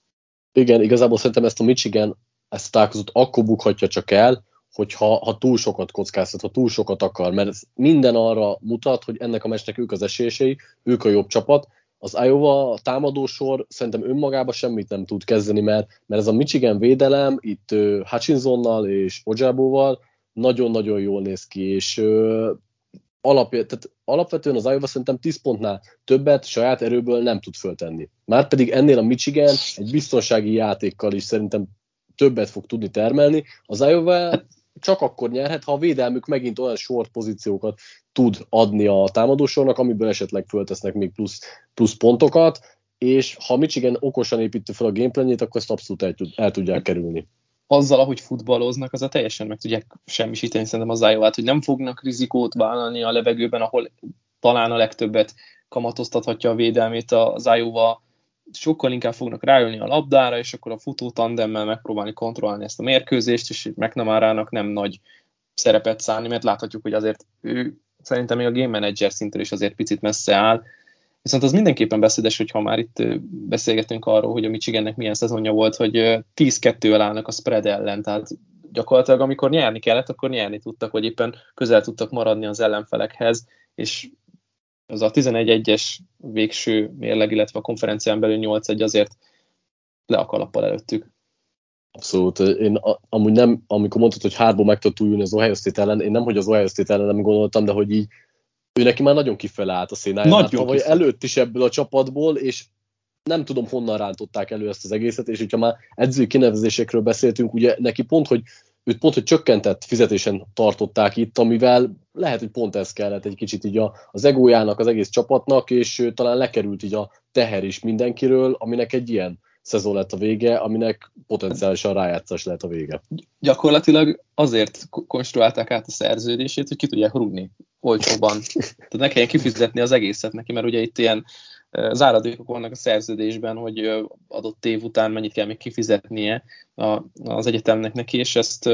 Igen, igazából szerintem ezt a Michigan, ezt a találkozót akkor bukhatja csak el, hogyha ha túl sokat kockáztat, ha túl sokat akar, mert minden arra mutat, hogy ennek a meccsnek ők az esélyesei, ők a jobb csapat. Az Iowa, a támadósor szerintem önmagában semmit nem tud kezdeni, mert, mert ez a Michigan védelem itt uh, Hutchinsonnal és Ojabóval nagyon-nagyon jól néz ki, és uh, alap, tehát alapvetően az Iowa szerintem tíz pontnál többet saját erőből nem tud föltenni. Márpedig ennél a Michigan egy biztonsági játékkal is szerintem többet fog tudni termelni. Az Iowa csak akkor nyerhet, ha a védelmük megint olyan short pozíciókat tud adni a támadósornak, amiből esetleg föltesznek még plusz, plusz pontokat, és ha Michigan okosan építi fel a gameplanjét, akkor ezt abszolút el, el tudják kerülni. Azzal, ahogy futballoznak, azzal teljesen meg tudják semmisíteni szerintem az Iowa-t, hogy nem fognak rizikót vállalni a levegőben, ahol talán a legtöbbet kamatoztathatja a védelmét az Iowa, sokkal inkább fognak rájönni a labdára, és akkor a futó tandemmel megpróbálni kontrollálni ezt a mérkőzést, és McNamara-nak nem nagy szerepet szállni, mert láthatjuk, hogy azért ő szerintem még a game manager szintől is azért picit messze áll. Viszont az mindenképpen beszédes, hogyha már itt beszélgetünk arról, hogy a Michigannek milyen szezonja volt, hogy tíz kettővel állnak a spread ellen, tehát gyakorlatilag amikor nyerni kellett, akkor nyerni tudtak, vagy éppen közel tudtak maradni az ellenfelekhez, és az a tizenegy egyes végső mérleg, illetve a konferencián belül nyolc egy azért le a kalappal előttük. Abszolút. Én amúgy nem, amikor mondtad, hogy Harbaugh meg tudott újulni az Ohio State ellen, én nem, hogy az Ohio State ellen nem gondoltam, de hogy így ő neki már nagyon kifele állt a szénája. Már tavaly előtt is ebből a csapatból, és nem tudom, honnan rántották elő ezt az egészet, és hogyha már edzői kinevezésekről beszéltünk, ugye neki pont, hogy őt pont, hogy csökkentett fizetésen tartották itt, amivel lehet, hogy pont ez kellett egy kicsit így a, az egójának, az egész csapatnak, és talán lekerült így a teher is mindenkiről, aminek egy ilyen szezon lett a vége, aminek potenciálisan rájátszás lehet a vége. Gyakorlatilag azért konstruálták át a szerződését, hogy ki tudják rúgni olcsóban. Tehát ne kelljen kifizetni az egészet neki, mert ugye itt ilyen záradékok vannak a szerződésben, hogy adott év után mennyit kell még kifizetnie az egyetemnek neki, és ezt,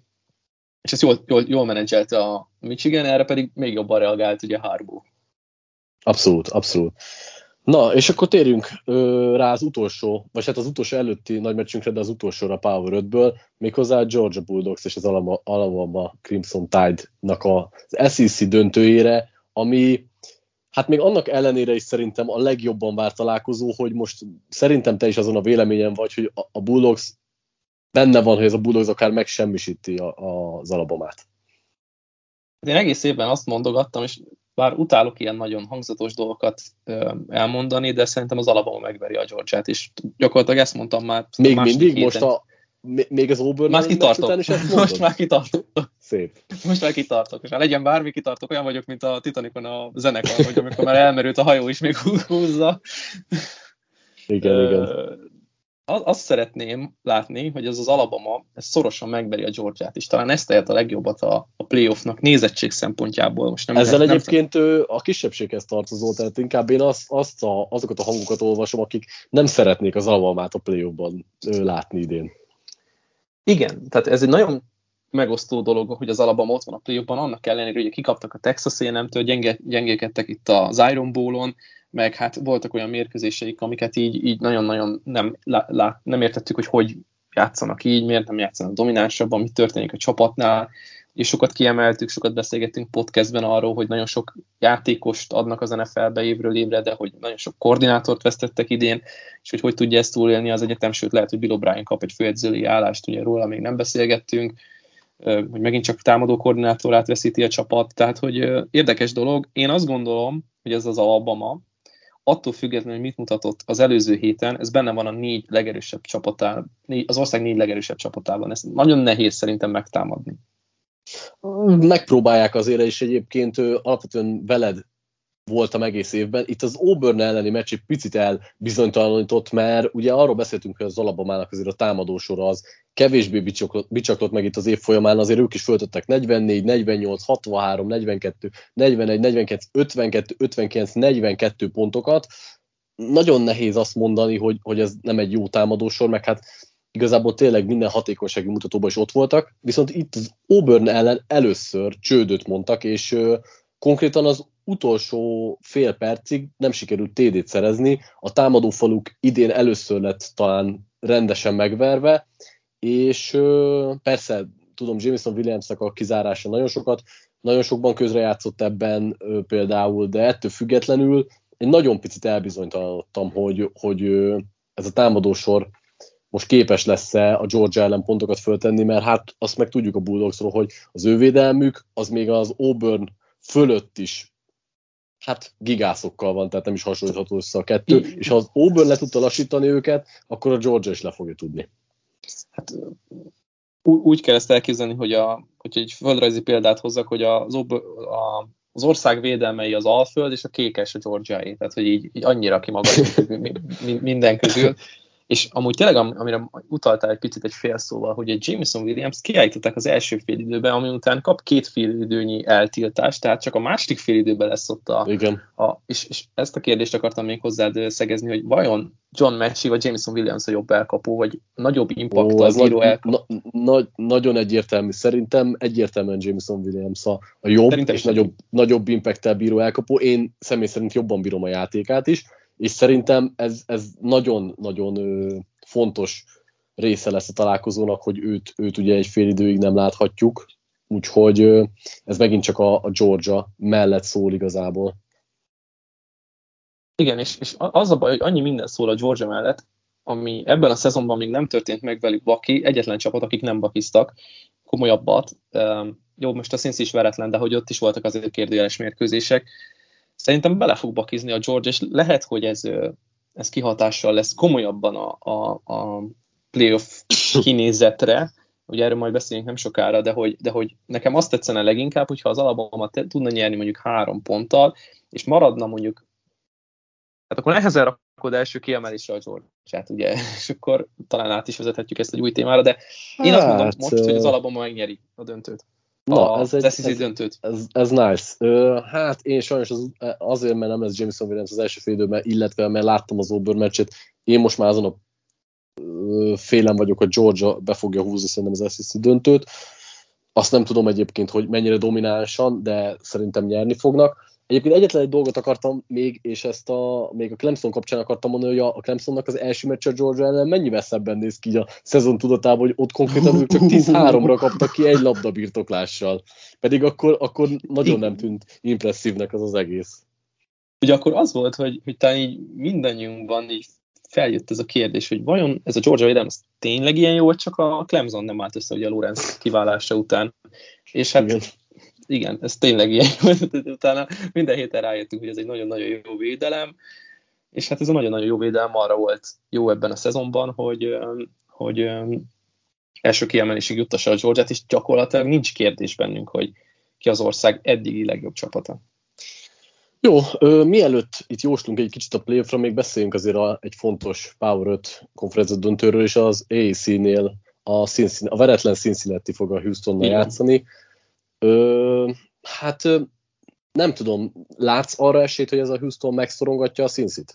és ezt jól, jól, jól menedzselte a Michigan, erre pedig még jobban reagált ugye Harbaugh. Abszolút, abszolút. Na, és akkor térjünk ö, rá az utolsó, vagy hát az utolsó előtti nagy meccsünkre, de az utolsóra a Power ötből, méghozzá a Georgia Bulldogs és az Alabama, Alabama Crimson Tide-nak az es í cé döntőjére, ami hát még annak ellenére is szerintem a legjobban várt találkozó, hogy most szerintem te is azon a véleményen vagy, hogy a, a Bulldogs benne van, hogy ez a Bulldogs akár megsemmisíti a, a, az Alabamát. Én egész évben azt mondogattam, és bár utálok ilyen nagyon hangzatos dolgokat ö, elmondani, de szerintem az Alabama megveri a Georgiát, és gyakorlatilag ezt mondtam már. Még mindig? Héten. Most a, még az Auburn már kitartok. Után is ezt mondod? Most már kitartok. Szép. Most már kitartok. És ha legyen bármi, kitartok. Olyan vagyok, mint a Titanicon a zenekar, hogy amikor már elmerült a hajó is még húzza. Igen, uh, igen. Azt szeretném látni, hogy ez az Alabama ez szorosan megveri a Georgiát is. Talán ezt tehet a legjobbat a, a playoffnak nézettség szempontjából. Most nem Ezzel nem, egyébként nem... a kisebbséghez tartozó, tehát inkább én azt, azt a, azokat a hangokat olvasom, akik nem szeretnék az Alabamát a playoffban látni idén. Igen, tehát ez egy nagyon megosztó dolog, hogy az Alabama ott van a playoffban, annak ellenére, hogy kikaptak a Texas á és em-től, gyenge, gyengékedtek itt az Iron Bowl-on, meg hát voltak olyan mérkőzéseik, amiket így, így nagyon-nagyon nem, lá, nem értettük, hogy hogy játszanak így, miért nem játszanak dominánsabban, mi történik a csapatnál, és sokat kiemeltük, sokat beszélgettünk podcastben arról, hogy nagyon sok játékost adnak az en ef el-be évről évre, de hogy nagyon sok koordinátort vesztettek idén, és hogy hogy tudja ezt túlélni az egyetem, sőt lehet, hogy Bill O'Brien kap egy főedzői állást, ugye róla még nem beszélgettünk, hogy megint csak támadó koordinátorát veszíti a csapat, tehát hogy érdekes dolog. Én azt gondolom, hogy ez az Alabama, attól függetlenül, hogy mit mutatott az előző héten, ez benne van a négy legerősebb csapatában, az ország négy legerősebb csapatában. Ez nagyon nehéz szerintem megtámadni. Megpróbálják azért, és egyébként alapvetően veled voltam egész évben. Itt az Auburn elleni meccs egy picit elbizonytalanított, mert ugye arról beszéltünk, hogy az Alabamának azért a támadósora az kevésbé bicsaklott, bicsaklott meg itt az év folyamán, azért ők is föltöttek negyvennégy, negyvennyolc, hatvanhárom, negyvenkettő, negyvenegy, negyvenkettő, ötvenkettő, ötvenkilenc, negyvenkettő pontokat. Nagyon nehéz azt mondani, hogy, hogy ez nem egy jó támadósor, meg hát igazából tényleg minden hatékonysági mutatóban is ott voltak, viszont itt az Auburn ellen először csődöt mondtak, és uh, konkrétan az utolsó fél percig nem sikerült té dét szerezni, a támadófaluk idén először lett talán rendesen megverve, és uh, persze, tudom, Jameson Williamsnak a kizárása nagyon sokat, nagyon sokban közrejátszott ebben uh, például, de ettől függetlenül én nagyon picit elbizonytalanodtam, hogy, hogy uh, ez a támadósor most képes lesz-e a Georgia ellen pontokat föltenni, mert hát azt meg tudjuk a Bulldogsról, hogy az ő védelmük az még az Auburn fölött is hát gigászokkal van, tehát nem is hasonlítható össze a kettő, és ha az Auburn le tudta lassítani őket, akkor a Georgia is le fogja tudni. Hát úgy kell ezt elképzelni, hogy, a, hogy egy földrajzi példát hozzak, hogy az, Auburn, a, az ország védelmei az Alföld, és a kékes a Georgiaé, tehát hogy így, így annyira kimagadt minden közül. És amúgy tényleg, amire utaltál egy picit egy fél szóval, hogy egy Jameson Williams kiállították az első fél időben, ami után kap két fél időnyi eltiltást, tehát csak a második fél időben lesz ott a... Igen. a és, és ezt a kérdést akartam még hozzád szegezni, hogy vajon John Mechie vagy Jameson Williams a jobb elkapó, vagy nagyobb impact az író elkapó? Na, na, nagyon egyértelmű. Szerintem egyértelműen Jameson Williams a, a jobb, Szerintem és nagyobb, nagyobb impact-tel bíró elkapó. Én személy szerint jobban bírom a játékát is, és szerintem ez, ez nagyon-nagyon ö, fontos része lesz a találkozónak, hogy őt, őt ugye egy fél időig nem láthatjuk, úgyhogy ö, ez megint csak a, a Georgia mellett szól igazából. Igen, és, és az a baj, hogy annyi minden szól a Georgia mellett, ami ebben a szezonban még nem történt meg velük baki, egyetlen csapat, akik nem bakiztak, komolyabbat. Um, jó, most a Cincy is veretlen, de hogy ott is voltak azért kérdőjeles mérkőzések. Szerintem bele fog bakizni a Georgia, és lehet, hogy ez, ez kihatással lesz komolyabban a, a, a playoff kinézetre, ugye erről majd beszélünk nem sokára, de hogy, de hogy nekem azt tetszene leginkább, hogyha az Alabama tudna nyerni mondjuk három ponttal, és maradna mondjuk, hát akkor nehezen rakod első kiemelésre a Georgiát, ugye, és akkor talán át is vezethetjük ezt egy új témára, de én hát, azt mondom most, hogy az Alabama megnyeri a döntőt. Na, a, ez, egy, ez, döntőt. Ez, ez nice. Ö, hát én sajnos az, azért, mert nem lesz Jameson Williams az első fél időben, illetve mert láttam az Auburn meccset, én most már azon a ö, félem vagyok, hogy Georgia be fogja húzni szerintem az es í cé döntőt. Azt nem tudom egyébként, hogy mennyire dominánsan, de szerintem nyerni fognak. Egyébként egyetlen egy dolgot akartam még, és ezt a, még a Clemson kapcsán akartam mondani, hogy a, a Clemsonnak az első meccs a Georgia ellen mennyivel szebben néz ki a szezon tudatában, hogy ott konkrétan ők csak tíz háromra kaptak ki egy labdabirtoklással. Pedig akkor, akkor nagyon nem tűnt impresszívnek az az egész. Ugye akkor az volt, hogy, hogy talán így mindannyiunkban így feljött ez a kérdés, hogy vajon ez a Georgia védelem tényleg ilyen jó, vagy csak a Clemson nem állt össze ugye a Lawrence kiválása után. És hát igen, igen ez tényleg ilyen jó. Utána minden héten rájöttünk, hogy ez egy nagyon-nagyon jó védelem, és hát ez a nagyon-nagyon jó védelem arra volt jó ebben a szezonban, hogy, hogy első kiemelésig juttassa a Georgiát, és gyakorlatilag nincs kérdés bennünk, hogy ki az ország eddigi legjobb csapata. Jó, ö, mielőtt itt jóslunk egy kicsit a playoffra, még beszéljünk azért a, egy fontos Power öt konferencia döntőről, és az á á cé-nél a, a veretlen Cincinnati fog a Houstonnal igen. játszani. Ö, hát ö, nem tudom, látsz arra esélyt, hogy ez a Houston megszorongatja a Cincyt?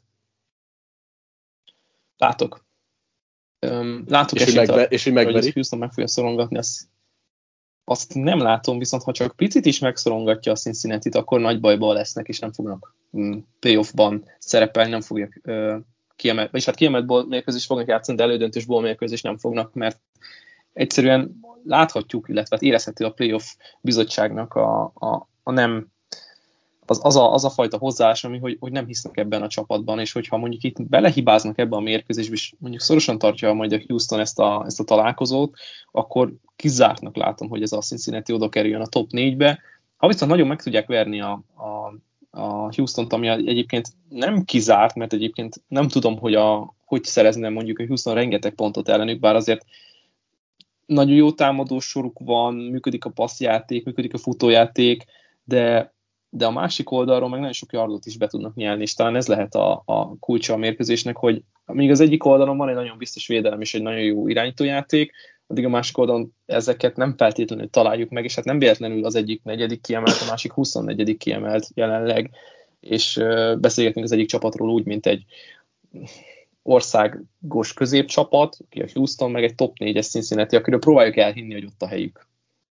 Látok. Öm, látok és, esélyt, hogy megver, és hogy megveri? Hogy Houston meg fogja szorongatni, azt, azt nem látom, viszont ha csak picit is megszorongatja a Cincinnati-t, akkor nagy bajban lesznek, és nem fognak mm, playoffban szerepelni, nem fogják uh, kiemelt, vagyis hát kiemelt bowl mérkőzést fognak játszani, de elődöntős bowl mérkőzést nem fognak, mert egyszerűen láthatjuk, illetve érezhető a playoff bizottságnak a, a, a nem az, az, a, az a fajta hozzáállás, ami, hogy, hogy nem hisznek ebben a csapatban, és hogyha mondjuk itt belehibáznak ebbe a mérkőzésbe, és mondjuk szorosan tartja majd a Houston ezt a, ezt a találkozót, akkor kizártnak látom, hogy ez a Cincinnati oda kerüljön a top négybe. Ha viszont nagyon meg tudják verni a, a, a Houstont, ami egyébként nem kizárt, mert egyébként nem tudom, hogy, a, hogy szerezne mondjuk a Houston rengeteg pontot ellenük, bár azért nagyon jó támadó soruk van, működik a passzjáték, működik a futójáték, de de a másik oldalról meg nagyon sok yardot is be tudnak nyelni, és talán ez lehet a, a kulcsa a mérkőzésnek, hogy míg az egyik oldalon van egy nagyon biztos védelem és egy nagyon jó irányítójáték, addig a másik oldalon ezeket nem feltétlenül találjuk meg, és hát nem véletlenül az egyik negyedik kiemelt, a másik huszonnegyedik kiemelt jelenleg, és uh, beszélgetünk az egyik csapatról úgy, mint egy országos középcsapat, aki a Houston, meg egy top négyes Cincinnati, akiről próbáljuk elhinni, hogy ott a helyük.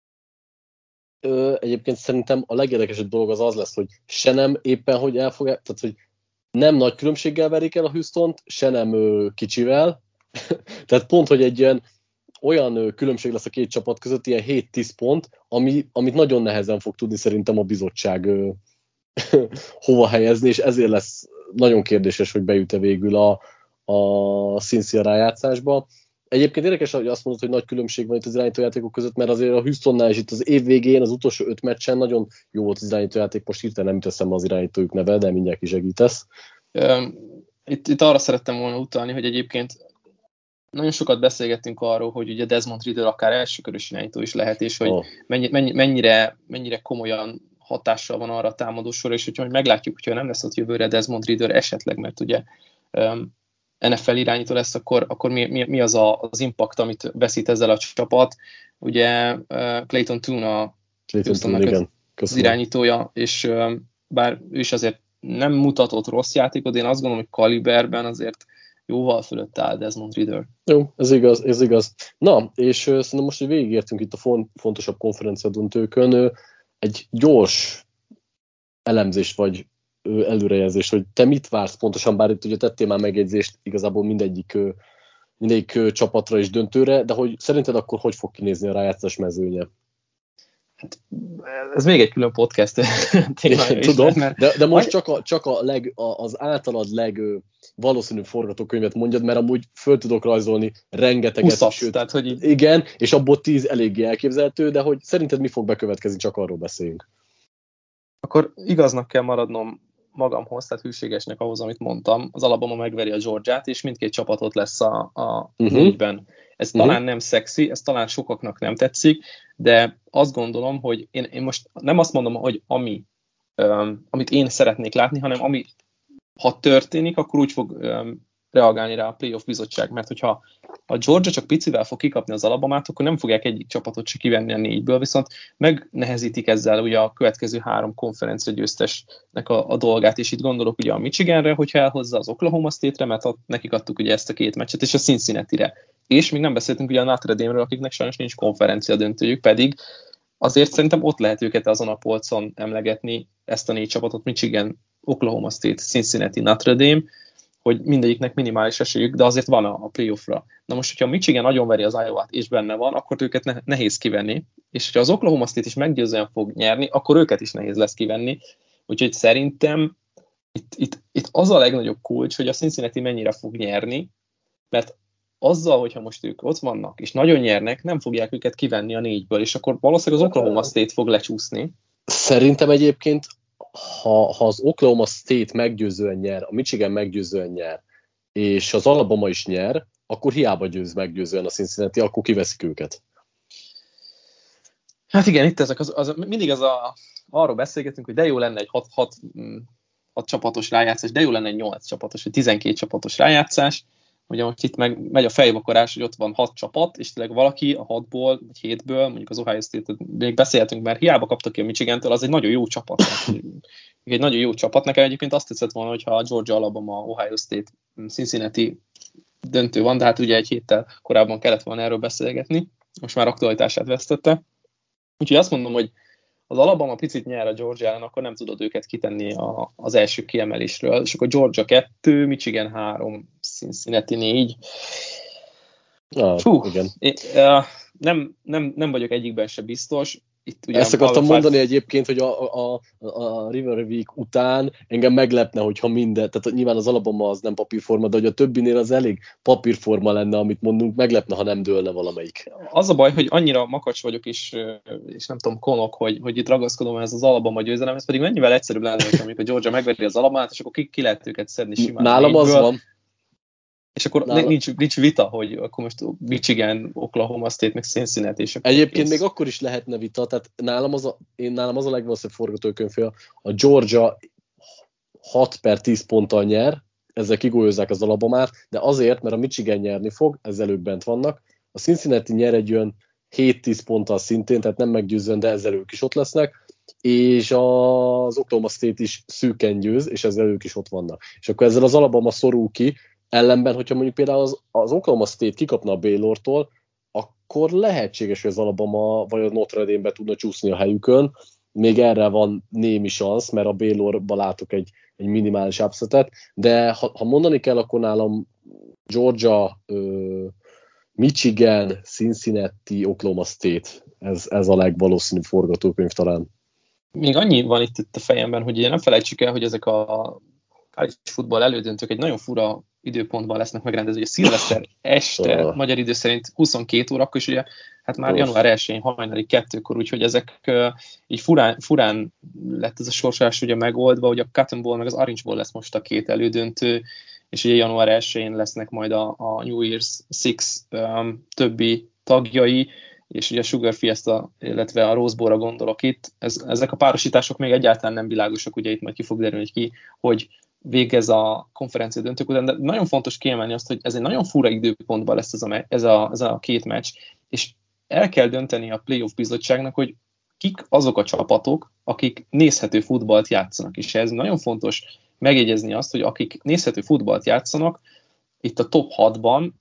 Ö, egyébként szerintem a legérdekesebb dolog az az lesz, hogy se nem éppen, hogy elfogják, tehát hogy nem nagy különbséggel verik el a Houstont, se nem ö, kicsivel. Tehát pont, hogy egy ilyen olyan ö, különbség lesz a két csapat között, ilyen hét-tíz pont, ami, amit nagyon nehezen fog tudni szerintem a bizottság ö, hova helyezni, és ezért lesz nagyon kérdéses, hogy bejut-e végül a, a Cincy rájátszásba. Egyébként érdekes, hogy azt mondod, hogy nagy különbség van itt az irányítójátékok között, mert azért a Houstonnál is itt az év végén, az utolsó öt meccsen nagyon jó volt az irányítójáték, most hirtelen nem jut eszembe az irányítójuk neve, de mindjárt kisegítesz. Itt, itt arra szerettem volna utalni, hogy egyébként nagyon sokat beszélgettünk arról, hogy ugye Desmond Ridder akár elsőkörös irányító is lehet, és hogy oh. mennyi, mennyi, mennyire, mennyire komolyan hatással van arra a támadósor, és hogy meglátjuk, hogyha nem lesz ott jövőre Desmond Ridder esetleg, mert ugye um, en ef el irányító lesz, akkor, akkor mi, mi, mi az a, az impact, amit veszít ezzel a csapat. Ugye uh, Clayton Tune a Houstonnak az, az irányítója, és uh, bár ő is azért nem mutatott rossz játékot, én azt gondolom, hogy kaliberben azért jóval fölött áll Desmond Ridder. Jó, ez igaz, ez igaz. Na, és uh, szerintem most, hogy végigértünk itt a font, fontosabb konferencia döntőkön, uh, egy gyors elemzést vagy előrejelzés, hogy te mit vársz pontosan, bár itt ugye tettél már megjegyzést igazából mindegyik, mindegyik csapatra és döntőre, de hogy szerinted akkor hogy fog kinézni a rájátszás mezőnye? Hát, ez még egy külön podcast témája. Tudom, is, mert... de, de most csak, a, csak a leg, a, az általad legvalószínűbb forgatókönyvet mondjad, mert amúgy föl tudok rajzolni rengeteget. húsz, sőt, tehát, hogy így... Igen, és abból tíz eléggé elképzelhető, de hogy szerinted mi fog bekövetkezni, csak arról beszéljünk. Akkor igaznak kell maradnom magamhoz, tehát hűségesnek ahhoz, amit mondtam. Az Alabama megveri a Georgiát, és mindkét csapatot lesz a, a uh-huh. négyben. Ez uh-huh. talán nem szexi, ez talán sokaknak nem tetszik, de azt gondolom, hogy én, én most nem azt mondom, hogy ami, um, amit én szeretnék látni, hanem ami, ha történik, akkor úgy fog um, reagálni rá a playoff bizottság, mert hogyha a Georgia csak picivel fog kikapni az Alabamát, akkor nem fogják egyik csapatot se kivenni a négyből, viszont megnehezítik ezzel ugye a következő három konferencia győztesnek a, a dolgát, és itt gondolok ugye a Michiganre, hogyha elhozza az Oklahoma State-re, mert nekik adtuk ugye ezt a két meccset, és a Cincinnati-re. És még nem beszéltünk ugye a Notre Dame-ről, akiknek sajnos nincs konferencia döntőjük, pedig azért szerintem ott lehet őket azon a polcon emlegetni, ezt a négy csapatot, Michigan, Oklahoma State, Cincinnati, Notre Dame, hogy mindegyiknek minimális esélyük, de azért van a, a playoffra. Na most, hogyha Michigan nagyon veri az Iowa-t és benne van, akkor őket ne, nehéz kivenni, és hogyha az Oklahoma State is meggyőzően fog nyerni, akkor őket is nehéz lesz kivenni. Úgyhogy szerintem itt, itt, itt az a legnagyobb kulcs, hogy a Cincinnati mennyire fog nyerni, mert azzal, hogyha most ők ott vannak, és nagyon nyernek, nem fogják őket kivenni a négyből, és akkor valószínűleg az Oklahoma State fog lecsúszni. Szerintem egyébként, ha, ha az Oklahoma State meggyőzően nyer, a Michigan meggyőzően nyer, és az Alabama is nyer, akkor hiába győz meggyőzően a Cincinnati, akkor kiveszik őket. Hát igen, itt ezek az, az, mindig az a, arról beszélgetünk, hogy de jó lenne egy hat, hat, hat csapatos rájátszás, de jó lenne egy nyolc csapatos, vagy tizenkét csapatos rájátszás. Ugye most itt meg megy a fejvakarás, hogy ott van hat csapat, és tényleg valaki a hatból, vagy hétből, mondjuk az Ohio State-t még beszélhetünk, mert hiába kaptak ki a Michigantől, az egy nagyon jó csapat. Egy nagyon jó csapat. Nekem egyébként azt tetszett volna, hogyha a Georgia, Alabama, Ohio State, Cincinnati döntő van, de hát ugye egy héttel korábban kellett volna erről beszélgetni, most már aktualitását vesztette. Úgyhogy azt mondom, hogy az Alabama picit nyer a Georgia ellen, akkor nem tudod őket kitenni a, az első kiemelésről. És akkor Georgia kettő, Michigan három, Cincinnati négy. Ah, Fú, igen. Én, uh, nem, nem, nem vagyok egyikben se biztos. Itt ugye Ezt akartam mondani five... egyébként, hogy a, a, a River Week után engem meglepne, hogyha minden, tehát nyilván az Alabama az nem papírforma, de hogy a többinél az elég papírforma lenne, amit mondunk, meglepne, ha nem dőlne valamelyik. Az a baj, hogy annyira makacs vagyok, és, és nem tudom, konok, hogy, hogy itt ragaszkodom ez az Alabama győzelem, ez pedig mennyivel egyszerűbb lenne, hogy amikor a Georgia megveri az Alabamát, és akkor ki, ki lehet őket szedni simán. Nálam az van. És akkor nincs, nincs vita, hogy akkor most Michigan, Oklahoma State, meg Cincinnati. És egyébként kész. Még akkor is lehetne vita, tehát nálam az a, én nálam az a legvalószínűbb forgatókönyv, a Georgia hat per tíz ponttal nyer, ezzel kigólyozzák az Alabamát, de azért, mert a Michigan nyerni fog, ezzel ők bent vannak, a Cincinnati nyer egy olyan hét-tíz ponttal szintén, tehát nem meggyőzően, de ezzel ők is ott lesznek, és az Oklahoma State is szűken győz, és ezzel ők is ott vannak. És akkor ezzel az Alabama szorul ki, ellenben, hogyha mondjuk például az, az Oklahoma State kikapna a Baylortól, akkor lehetséges, hogy az Alabama vagy a Notre Dame-be tudna csúszni a helyükön. Még erre van némi szansz, mert a Baylorba látok egy, egy minimális upsetet, de ha, ha mondani kell, akkor nálam Georgia, ö, Michigan, Cincinnati, Oklahoma State. Ez, ez a legvalószínűbb forgatókönyv talán. Még annyi van itt, itt a fejemben, hogy ugye nem felejtsük el, hogy ezek a college futball elődöntők egy nagyon fura időpontban lesznek megrendezve, ugye szilveszter este, oh. magyar idő szerint huszonkét órakor, és ugye hát már oh. január elsején hajnali kettőkor, úgyhogy ezek uh, így furán, furán lett ez a sorsás ugye megoldva, hogy a Cotton Bowl meg az Orange Bowl lesz most a két elődöntő, és ugye január elsején lesznek majd a, a New Year's Six um, többi tagjai, és ugye a Sugar Fiesta, illetve a Rose Bowl-ra gondolok itt. Ez, ezek a párosítások még egyáltalán nem világosak, ugye itt majd ki fog derülni ki, hogy végez a konferencia döntők után, de nagyon fontos kiemelni azt, hogy ez egy nagyon fura időpontban lesz ez a, ez a, ez a két meccs, és el kell dönteni a playoff bizottságnak, hogy kik azok a csapatok, akik nézhető futballt játszanak, és ez nagyon fontos megjegyezni azt, hogy akik nézhető futballt játszanak, itt a top hatban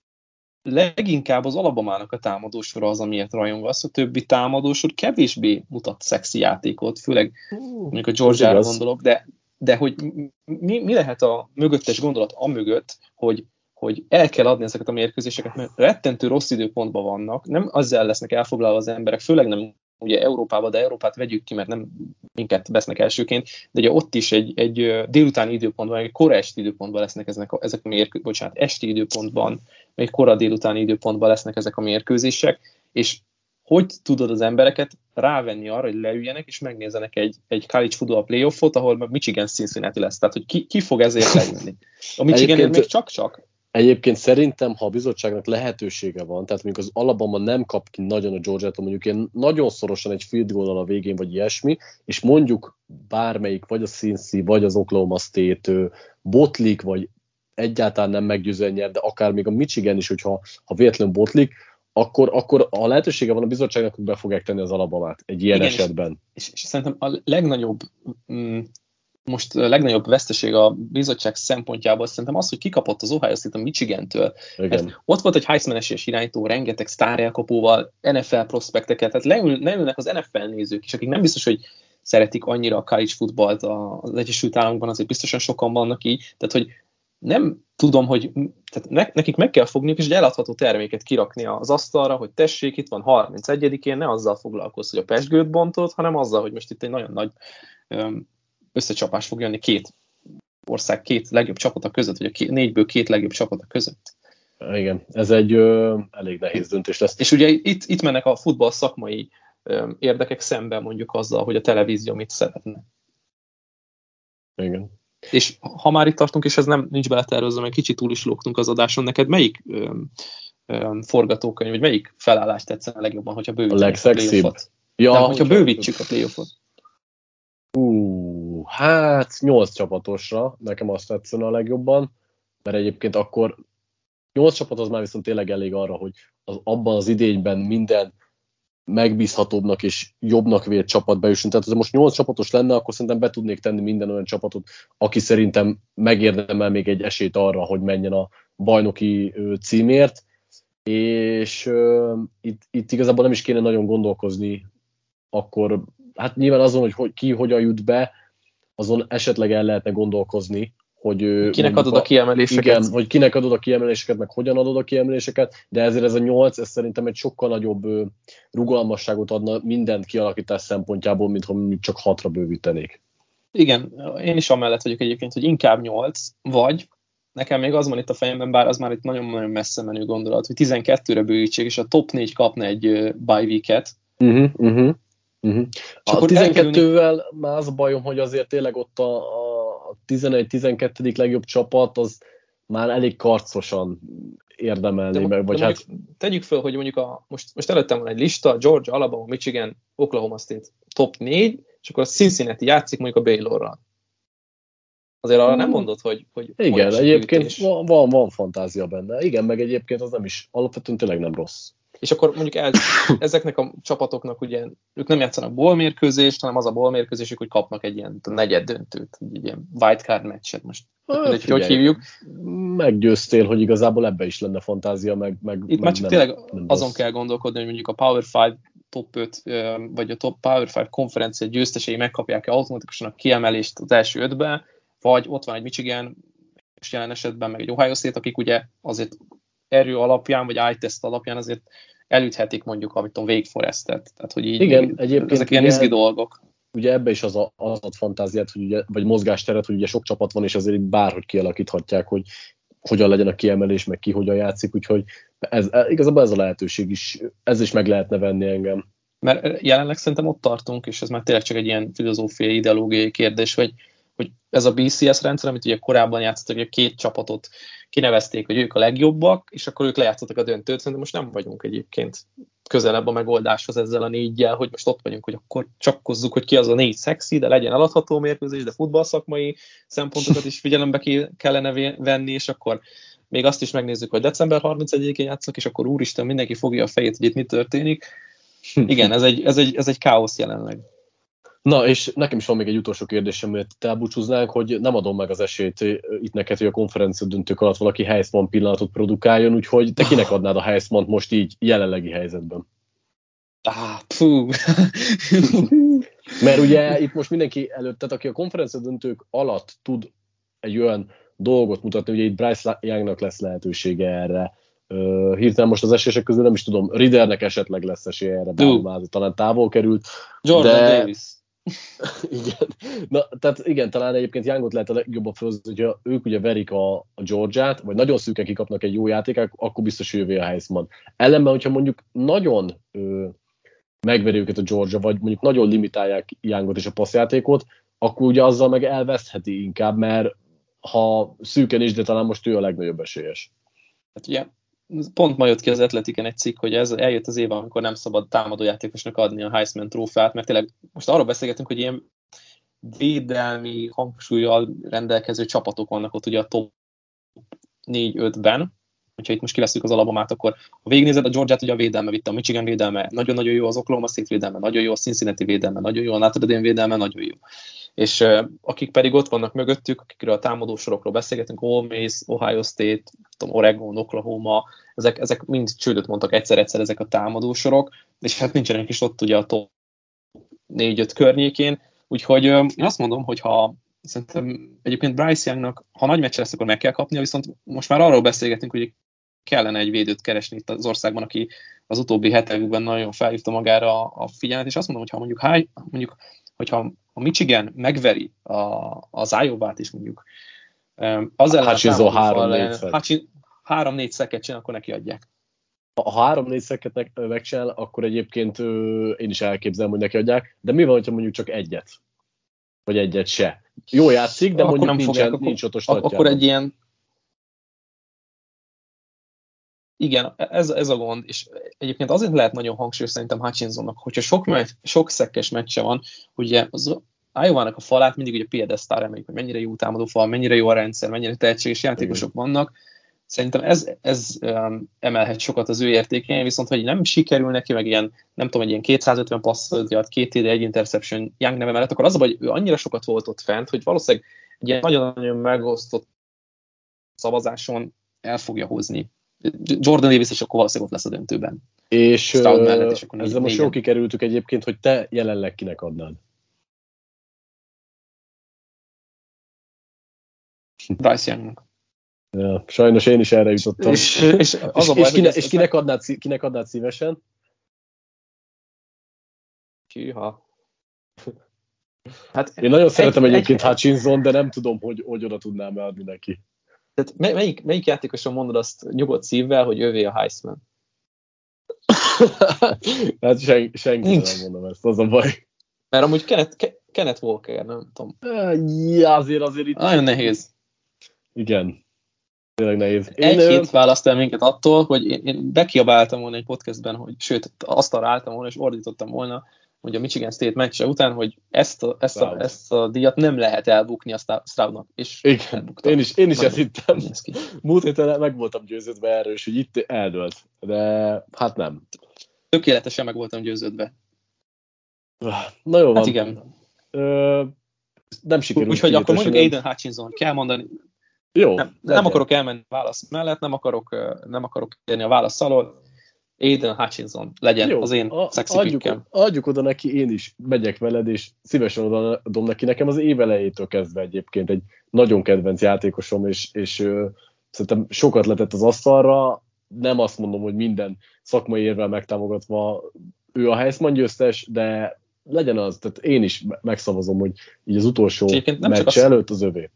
leginkább az Alabamának a támadósora az, amiért rajongasz, a többi támadósor kevésbé mutat szexi játékot, főleg mondjuk a Georgia-ra gondolok, de De hogy mi, mi lehet a mögöttes gondolat amögött, hogy, hogy el kell adni ezeket a mérkőzéseket, mert rettentő rossz időpontban vannak, nem azzal lesznek elfoglalva az emberek, főleg nem ugye Európában, de Európát vegyük ki, mert nem minket vesznek elsőként, de ugye ott is egy, egy délutáni időpontban, egy kora esti időpontban lesznek ezek a, ezek a mérkőzések, bocsánat, esti időpontban, vagy kora délutáni időpontban lesznek ezek a mérkőzések, és hogy tudod az embereket rávenni arra, hogy leüljenek és megnézzenek egy, egy college football playoffot, ahol Michigan Cincinnati lesz. Tehát, hogy ki, ki fog ezért leülni. A Michigan még csak-csak. Egyébként szerintem, ha a bizottságnak lehetősége van, tehát mondjuk az Alabama nem kap ki nagyon a Georgia-tól, mondjuk ilyen nagyon szorosan egy field goal a végén, vagy ilyesmi, és mondjuk bármelyik, vagy a Cincy, vagy az Oklahoma State botlik, vagy egyáltalán nem meggyőzően nyer, de akár még a Michigan is, hogyha ha véletlenül botlik, akkor, akkor a lehetősége van a bizottságnak, hogy be fogják tenni az Alabamát egy ilyen igen, esetben. És, és, és szerintem a legnagyobb mm, most a legnagyobb veszteség a bizottság szempontjából szerintem az, hogy kikapott az Ohio State a Michigantől. Ott volt egy Heisman esélyes irányító, rengeteg sztárelkapóval, en ef el prospekteket, tehát leül, leülnek az en ef el nézők is, akik nem biztos, hogy szeretik annyira a college futballt az Egyesült Államokban, azért biztosan sokan vannak így, tehát hogy nem tudom, hogy tehát nekik meg kell fogniuk, és egy eladható terméket kirakni az asztalra, hogy tessék, itt van harmincegyedikén, ne azzal foglalkozz, hogy a pezsgőt bontod, hanem azzal, hogy most itt egy nagyon nagy összecsapás fog jönni két ország két legjobb csapata között, vagy a két, négyből két legjobb csapata között. Igen, ez egy ö, elég nehéz döntés lesz. És ugye itt, itt mennek a futball szakmai ö, érdekek szemben mondjuk azzal, hogy a televízió mit szeretne. Igen. És ha már itt tartunk, és ez nem nincs beletervezve, mert kicsit túl is lógtunk az adáson, neked melyik ö, ö, forgatókönyv, vagy melyik felállást tetszene a legjobban, hogyha bővítjük a legszexibb. a Ja, nem, hogyha bővítsük a playoffot. Ú, hát nyolc csapatosra, nekem azt tetszene a legjobban, mert egyébként akkor nyolc csapat az már viszont tényleg elég arra, hogy az, abban az idényben minden megbízhatóbbnak és jobbnak vélt csapat bejusson. Tehát ha most nyolc csapatos lenne, akkor szerintem be tudnék tenni minden olyan csapatot, aki szerintem megérdemel még egy esélyt arra, hogy menjen a bajnoki ö, címért, és ö, itt, itt igazából nem is kéne nagyon gondolkozni, akkor hát nyilván azon, hogy, hogy ki hogyan jut be, azon esetleg el lehetne gondolkozni, hogy kinek adod a kiemeléseket. Igen, hogy kinek adod a kiemeléseket, meg hogyan adod a kiemeléseket, de ezért ez a nyolc, ez szerintem egy sokkal nagyobb ö, rugalmasságot adna minden kialakítás szempontjából, mint ha mondjuk csak hatra bővítenék. Igen, én is amellett vagyok egyébként, hogy inkább nyolc, vagy nekem még az van itt a fejemben, bár az már itt nagyon-nagyon messze menő gondolat, hogy tizenkettőre bővítség, és a top négy kapna egy uh, bye week-et. Uh-huh, uh-huh, uh-huh. A tizenkettővel már az a bajom, hogy azért tényleg ott a, a tizenegy-tizenkettedik legjobb csapat, az már elég karcosan érdemelni meg. Vagy hát... Tegyük föl, hogy mondjuk a, most, most előttem van egy lista, Georgia, Alabama, Michigan, Oklahoma State top négy, és akkor a Cincinnati játszik mondjuk a Baylorral. Azért arra nem mondod, hogy... hogy igen, egyébként van, van, van fantázia benne. Igen, meg egyébként az nem is, alapvetően tényleg nem rossz. És akkor mondjuk ez, ezeknek a csapatoknak ugye, ők nem játszanak bólmérkőzést, hanem az a bólmérkőzésük, hogy kapnak egy ilyen negyed döntőt, egy ilyen wildcard meccset most. Hát, mindegy, hogy hívjuk. Meggyőztél, hogy igazából ebbe is lenne fantázia, meg, meg itt meg már csak nem, tényleg nem azon rossz. kell gondolkodni, hogy mondjuk a Power öt top öt, vagy a top Power öt konferencia győztesei megkapják-e automatikusan a kiemelést az első ötbe, vagy ott van egy Michigan, és jelen esetben meg egy Ohio State, akik ugye azért erő alapján, vagy eye-test alapján azért elüthetik mondjuk, amit a Wake Forest-et. Tehát, hogy így, igen, egyébként ezek ilyen izgi dolgok. Ugye ebbe is az a, az a fantáziát, hogy ugye, vagy mozgásteret, hogy ugye sok csapat van, és azért bárhogy kialakíthatják, hogy hogyan legyen a kiemelés, meg ki hogyan játszik, úgyhogy ez, igazából ez a lehetőség is, ez is meg lehetne venni engem. Mert jelenleg szerintem ott tartunk, és ez már tényleg csak egy ilyen filozófiai, ideológiai kérdés, hogy, hogy ez a bé cé es rendszer, amit ugye korábban játszottak, hogy a két csapatot kinevezték, hogy ők a legjobbak, és akkor ők lejátszottak a döntőt, szerintem most nem vagyunk egyébként közelebb a megoldáshoz ezzel a négyjel, hogy most ott vagyunk, hogy akkor csakkozzuk, hogy ki az a négy szexi, de legyen eladható mérkőzés, de futballszakmai szempontokat is figyelembe kellene venni, és akkor még azt is megnézzük, hogy december harmincegyedikén játsznak, és akkor úristen, mindenki fogja a fejét, hogy itt mi történik. Igen, ez egy, ez egy, ez egy káosz jelenleg. Na, és nekem is van még egy utolsó kérdésem, mert elbúcsúznánk, hogy nem adom meg az esélyt itt neked, hogy a konferencia döntők alatt valaki Heisman pillanatot produkáljon, úgyhogy te kinek adnád a Heismant most így jelenlegi helyzetben? Ah, pfú. Mert ugye itt most mindenki előtt, tehát aki a konferencia döntők alatt tud egy olyan dolgot mutatni, ugye itt Bryce Youngnak lesz lehetősége erre. Uh, hirtelen most az esélyesek közül nem is tudom, Riddernek esetleg lesz esélye erre, bár talán távol került. Jordan de... Davis. Igen. Na, tehát igen, talán egyébként Youngot lehet a legjobban felhozni, hogyha ők ugye verik a, a Georgiát, vagy nagyon szűken kikapnak egy jó játékát, akkor biztos jövő a Heisman. Ellenben, hogyha mondjuk nagyon ö, megveri őket a Georgia, vagy mondjuk nagyon limitálják Youngot és a passzjátékot, akkor ugye azzal meg elvesztheti inkább, mert ha szűken is, de talán most ő a legnagyobb esélyes. Hát ugye, pont ma jött ki az Atletiken egy cikk, hogy ez eljött az év, amikor nem szabad támadójátékosnak adni a Heisman trófeát, mert tényleg most arról beszélgetünk, hogy ilyen védelmi hangsúllyal rendelkező csapatok vannak ott ugye a top négy-ötben, hogyha itt most kiveszünk az Alabamát, akkor ha végignézed, a Georgiát ugye a védelme vitte, a Michigan védelme nagyon-nagyon jó, az Oklahoma State védelme nagyon jó, a Cincinnati védelme nagyon jó, a Notre Dame védelme nagyon jó. és uh, akik pedig ott vannak mögöttük, akikről a támadósorokról beszélgetünk, Ole Miss, Ohio State, tudom, Oregon, Oklahoma, ezek, ezek mind csődöt mondtak egyszer-egyszer ezek a támadósorok, és hát nincsenek is ott ugye a top négy-öt környékén, úgyhogy uh, én azt mondom, hogy ha szerintem egyébként Bryce Youngnak, ha nagy meccs lesz, akkor meg kell kapnia, viszont most már arról beszélgetünk, hogy kellene egy védőt keresni itt az országban, aki az utóbbi hetekben nagyon felhívta magára a figyelmet, és azt mondom, hogy ha mondjuk, high, mondjuk hogyha a Michigan megveri a, az Iowa-t is mondjuk, az ellen a három-négy szeket csinál, akkor neki adják. Ha három-négy szeket megcsinál, akkor egyébként ö, én is elképzelem, hogy neki adják, de mi van, ha mondjuk csak egyet? Vagy egyet se? Jó játszik, de akkor mondjuk nincsen, fogják, akkor, nincs ott a statjában. Akkor egy ilyen igen, ez, ez a gond, és egyébként azért lehet nagyon hangsúlyos szerintem Hutchinsonnak, hogyha sok, me- sok szekkes meccse van, ugye az Iowa-nak a falát mindig ugye piedesztára emeljük, hogy mennyire jó támadó fal, mennyire jó a rendszer, mennyire tehetséges játékosok igen. vannak. Szerintem ez, ez um, emelhet sokat az ő értékén, viszont hogy nem sikerül neki, meg ilyen, nem tudom, egy ilyen kétszázötven passzolt, két té dé, egy interception Young neve mellett, akkor az a baj, hogy ő annyira sokat volt ott fent, hogy valószínűleg egy ilyen nagyon-nagyon megosztott szavazáson el fogja hozni Jordan Davis, és akkor valószínűleg ott lesz a döntőben. És, mellett, és akkor ezzel most jól kikerültük egyébként, hogy te jelenleg kinek adnád? Bryce Youngnak. Ja, sajnos én is erre jutottam. És, és, az és, a baj, és, kinek, és kinek, adnád, kinek adnád szívesen? Hűha. Hát én nagyon egy, szeretem egyébként egy, Hutchinson, de nem tudom, hogy, hogy oda tudnám beadni neki. Tehát melyik, melyik játékoson mondod azt nyugodt szívvel, hogy ővé a Heisman? Hát sen, senki nem mondom ezt, az a baj. Mert amúgy Kenneth, Kenneth Walker, nem tudom. Ja, azért azért itt... Nagyon nehéz. Igen. Tényleg nehéz. Én egy hét választ el minket attól, hogy én, én bekiabáltam volna egy podcastben, hogy sőt, asztalra álltam volna, és ordítottam volna, hogy a Michigan State meccse után, hogy ezt a, ezt a, ezt a díjat nem lehet elbukni a Stroudnak. És igen, én is, én is ezt hittem. Múlt héten meg voltam győződve erről, és hogy itt eldőlt. De hát nem. Tökéletesen meg voltam győződve. Na jó van. Hát igen. Ö, nem sikerült. Úgyhogy akkor mondjuk Aiden Hutchinson, kell mondani. Jó. Nem, nem akarok elmenni a válasz mellett, nem akarok, nem akarok kérni a válasz alól. Aiden Hutchinson legyen jó, az én szexi adjuk, pikkem. Adjuk oda neki, én is megyek veled, és szívesen odaadom neki. Nekem az év elejétől kezdve egyébként egy nagyon kedvenc játékosom, és, és ö, szerintem sokat letett az asztalra. Nem azt mondom, hogy minden szakmai érvel megtámogatva ő a Heisman győztes, de legyen az, tehát én is megszavazom, hogy így az utolsó meccs előtt az övé.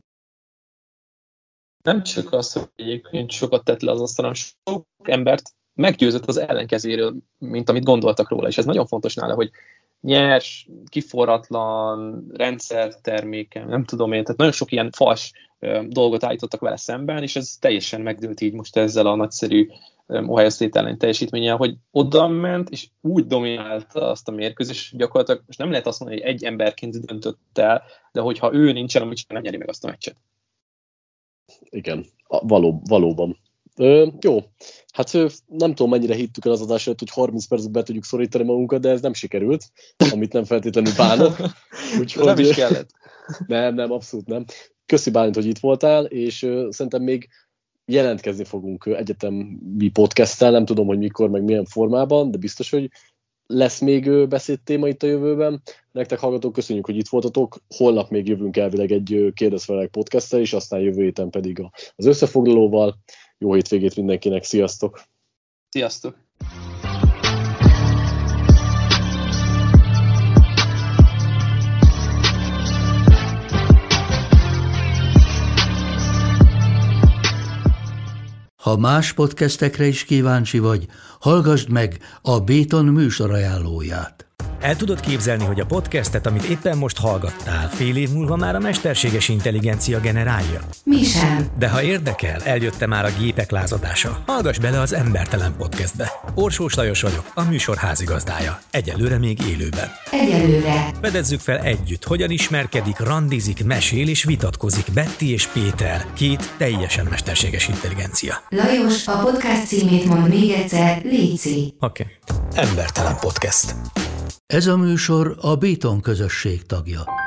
Nem csak az, hogy egyébként sokat tett le az asztalon, sok embert meggyőzött az ellenkezéről, mint amit gondoltak róla, és ez nagyon fontos nála, hogy nyers, kiforratlan, rendszerterméke, nem tudom én, tehát nagyon sok ilyen fals ö, dolgot állítottak vele szemben, és ez teljesen megdőlt így most ezzel a nagyszerű ö, Ohio State ellen teljesítménnyel, hogy oda ment, és úgy dominálta azt a mérkőzést, gyakorlatilag most nem lehet azt mondani, hogy egy emberként döntött el, de hogyha ő nincsen, amit nem nyeri meg azt a meccset. Igen, való, valóban. Ö, jó, hát nem tudom, mennyire hittük el az adás előtt, hogy harminc percben be tudjuk szorítani magunkat, de ez nem sikerült, amit nem feltétlenül bánok. Úgyhogy, nem is kellett. Nem, nem, abszolút nem. Köszi Bálint, hogy itt voltál, és ö, szerintem még jelentkezni fogunk egyetemi podcasttel, nem tudom, hogy mikor, meg milyen formában, de biztos, hogy lesz még beszédtéma itt a jövőben. Nektek hallgatók, köszönjük, hogy itt voltatok. Holnap még jövünk elvileg egy kérdezfelelek podcasttel, és aztán jövő héten pedig az összefoglalóval. Jó hétvégét mindenkinek, sziasztok! Sziasztok! Ha más podcastekre is kíváncsi vagy, hallgassd meg a Béton műsor ajánlóját. El tudod képzelni, hogy a podcastet, amit éppen most hallgattál, fél év múlva már a mesterséges intelligencia generálja? Mi sem. De ha érdekel, eljött már a gépek lázadása. Hallgass bele az Embertelen Podcastbe. Orsós Lajos vagyok, a műsor házigazdája. Egyelőre még élőben. Egyelőre. Fedezzük fel együtt, hogyan ismerkedik, randizik, mesél és vitatkozik Betty és Péter, két teljesen mesterséges intelligencia. Lajos, a podcast címét mond még egyszer, léci. Oké. Okay. Embertelen Podcast. Ez a műsor a Béton közösség tagja.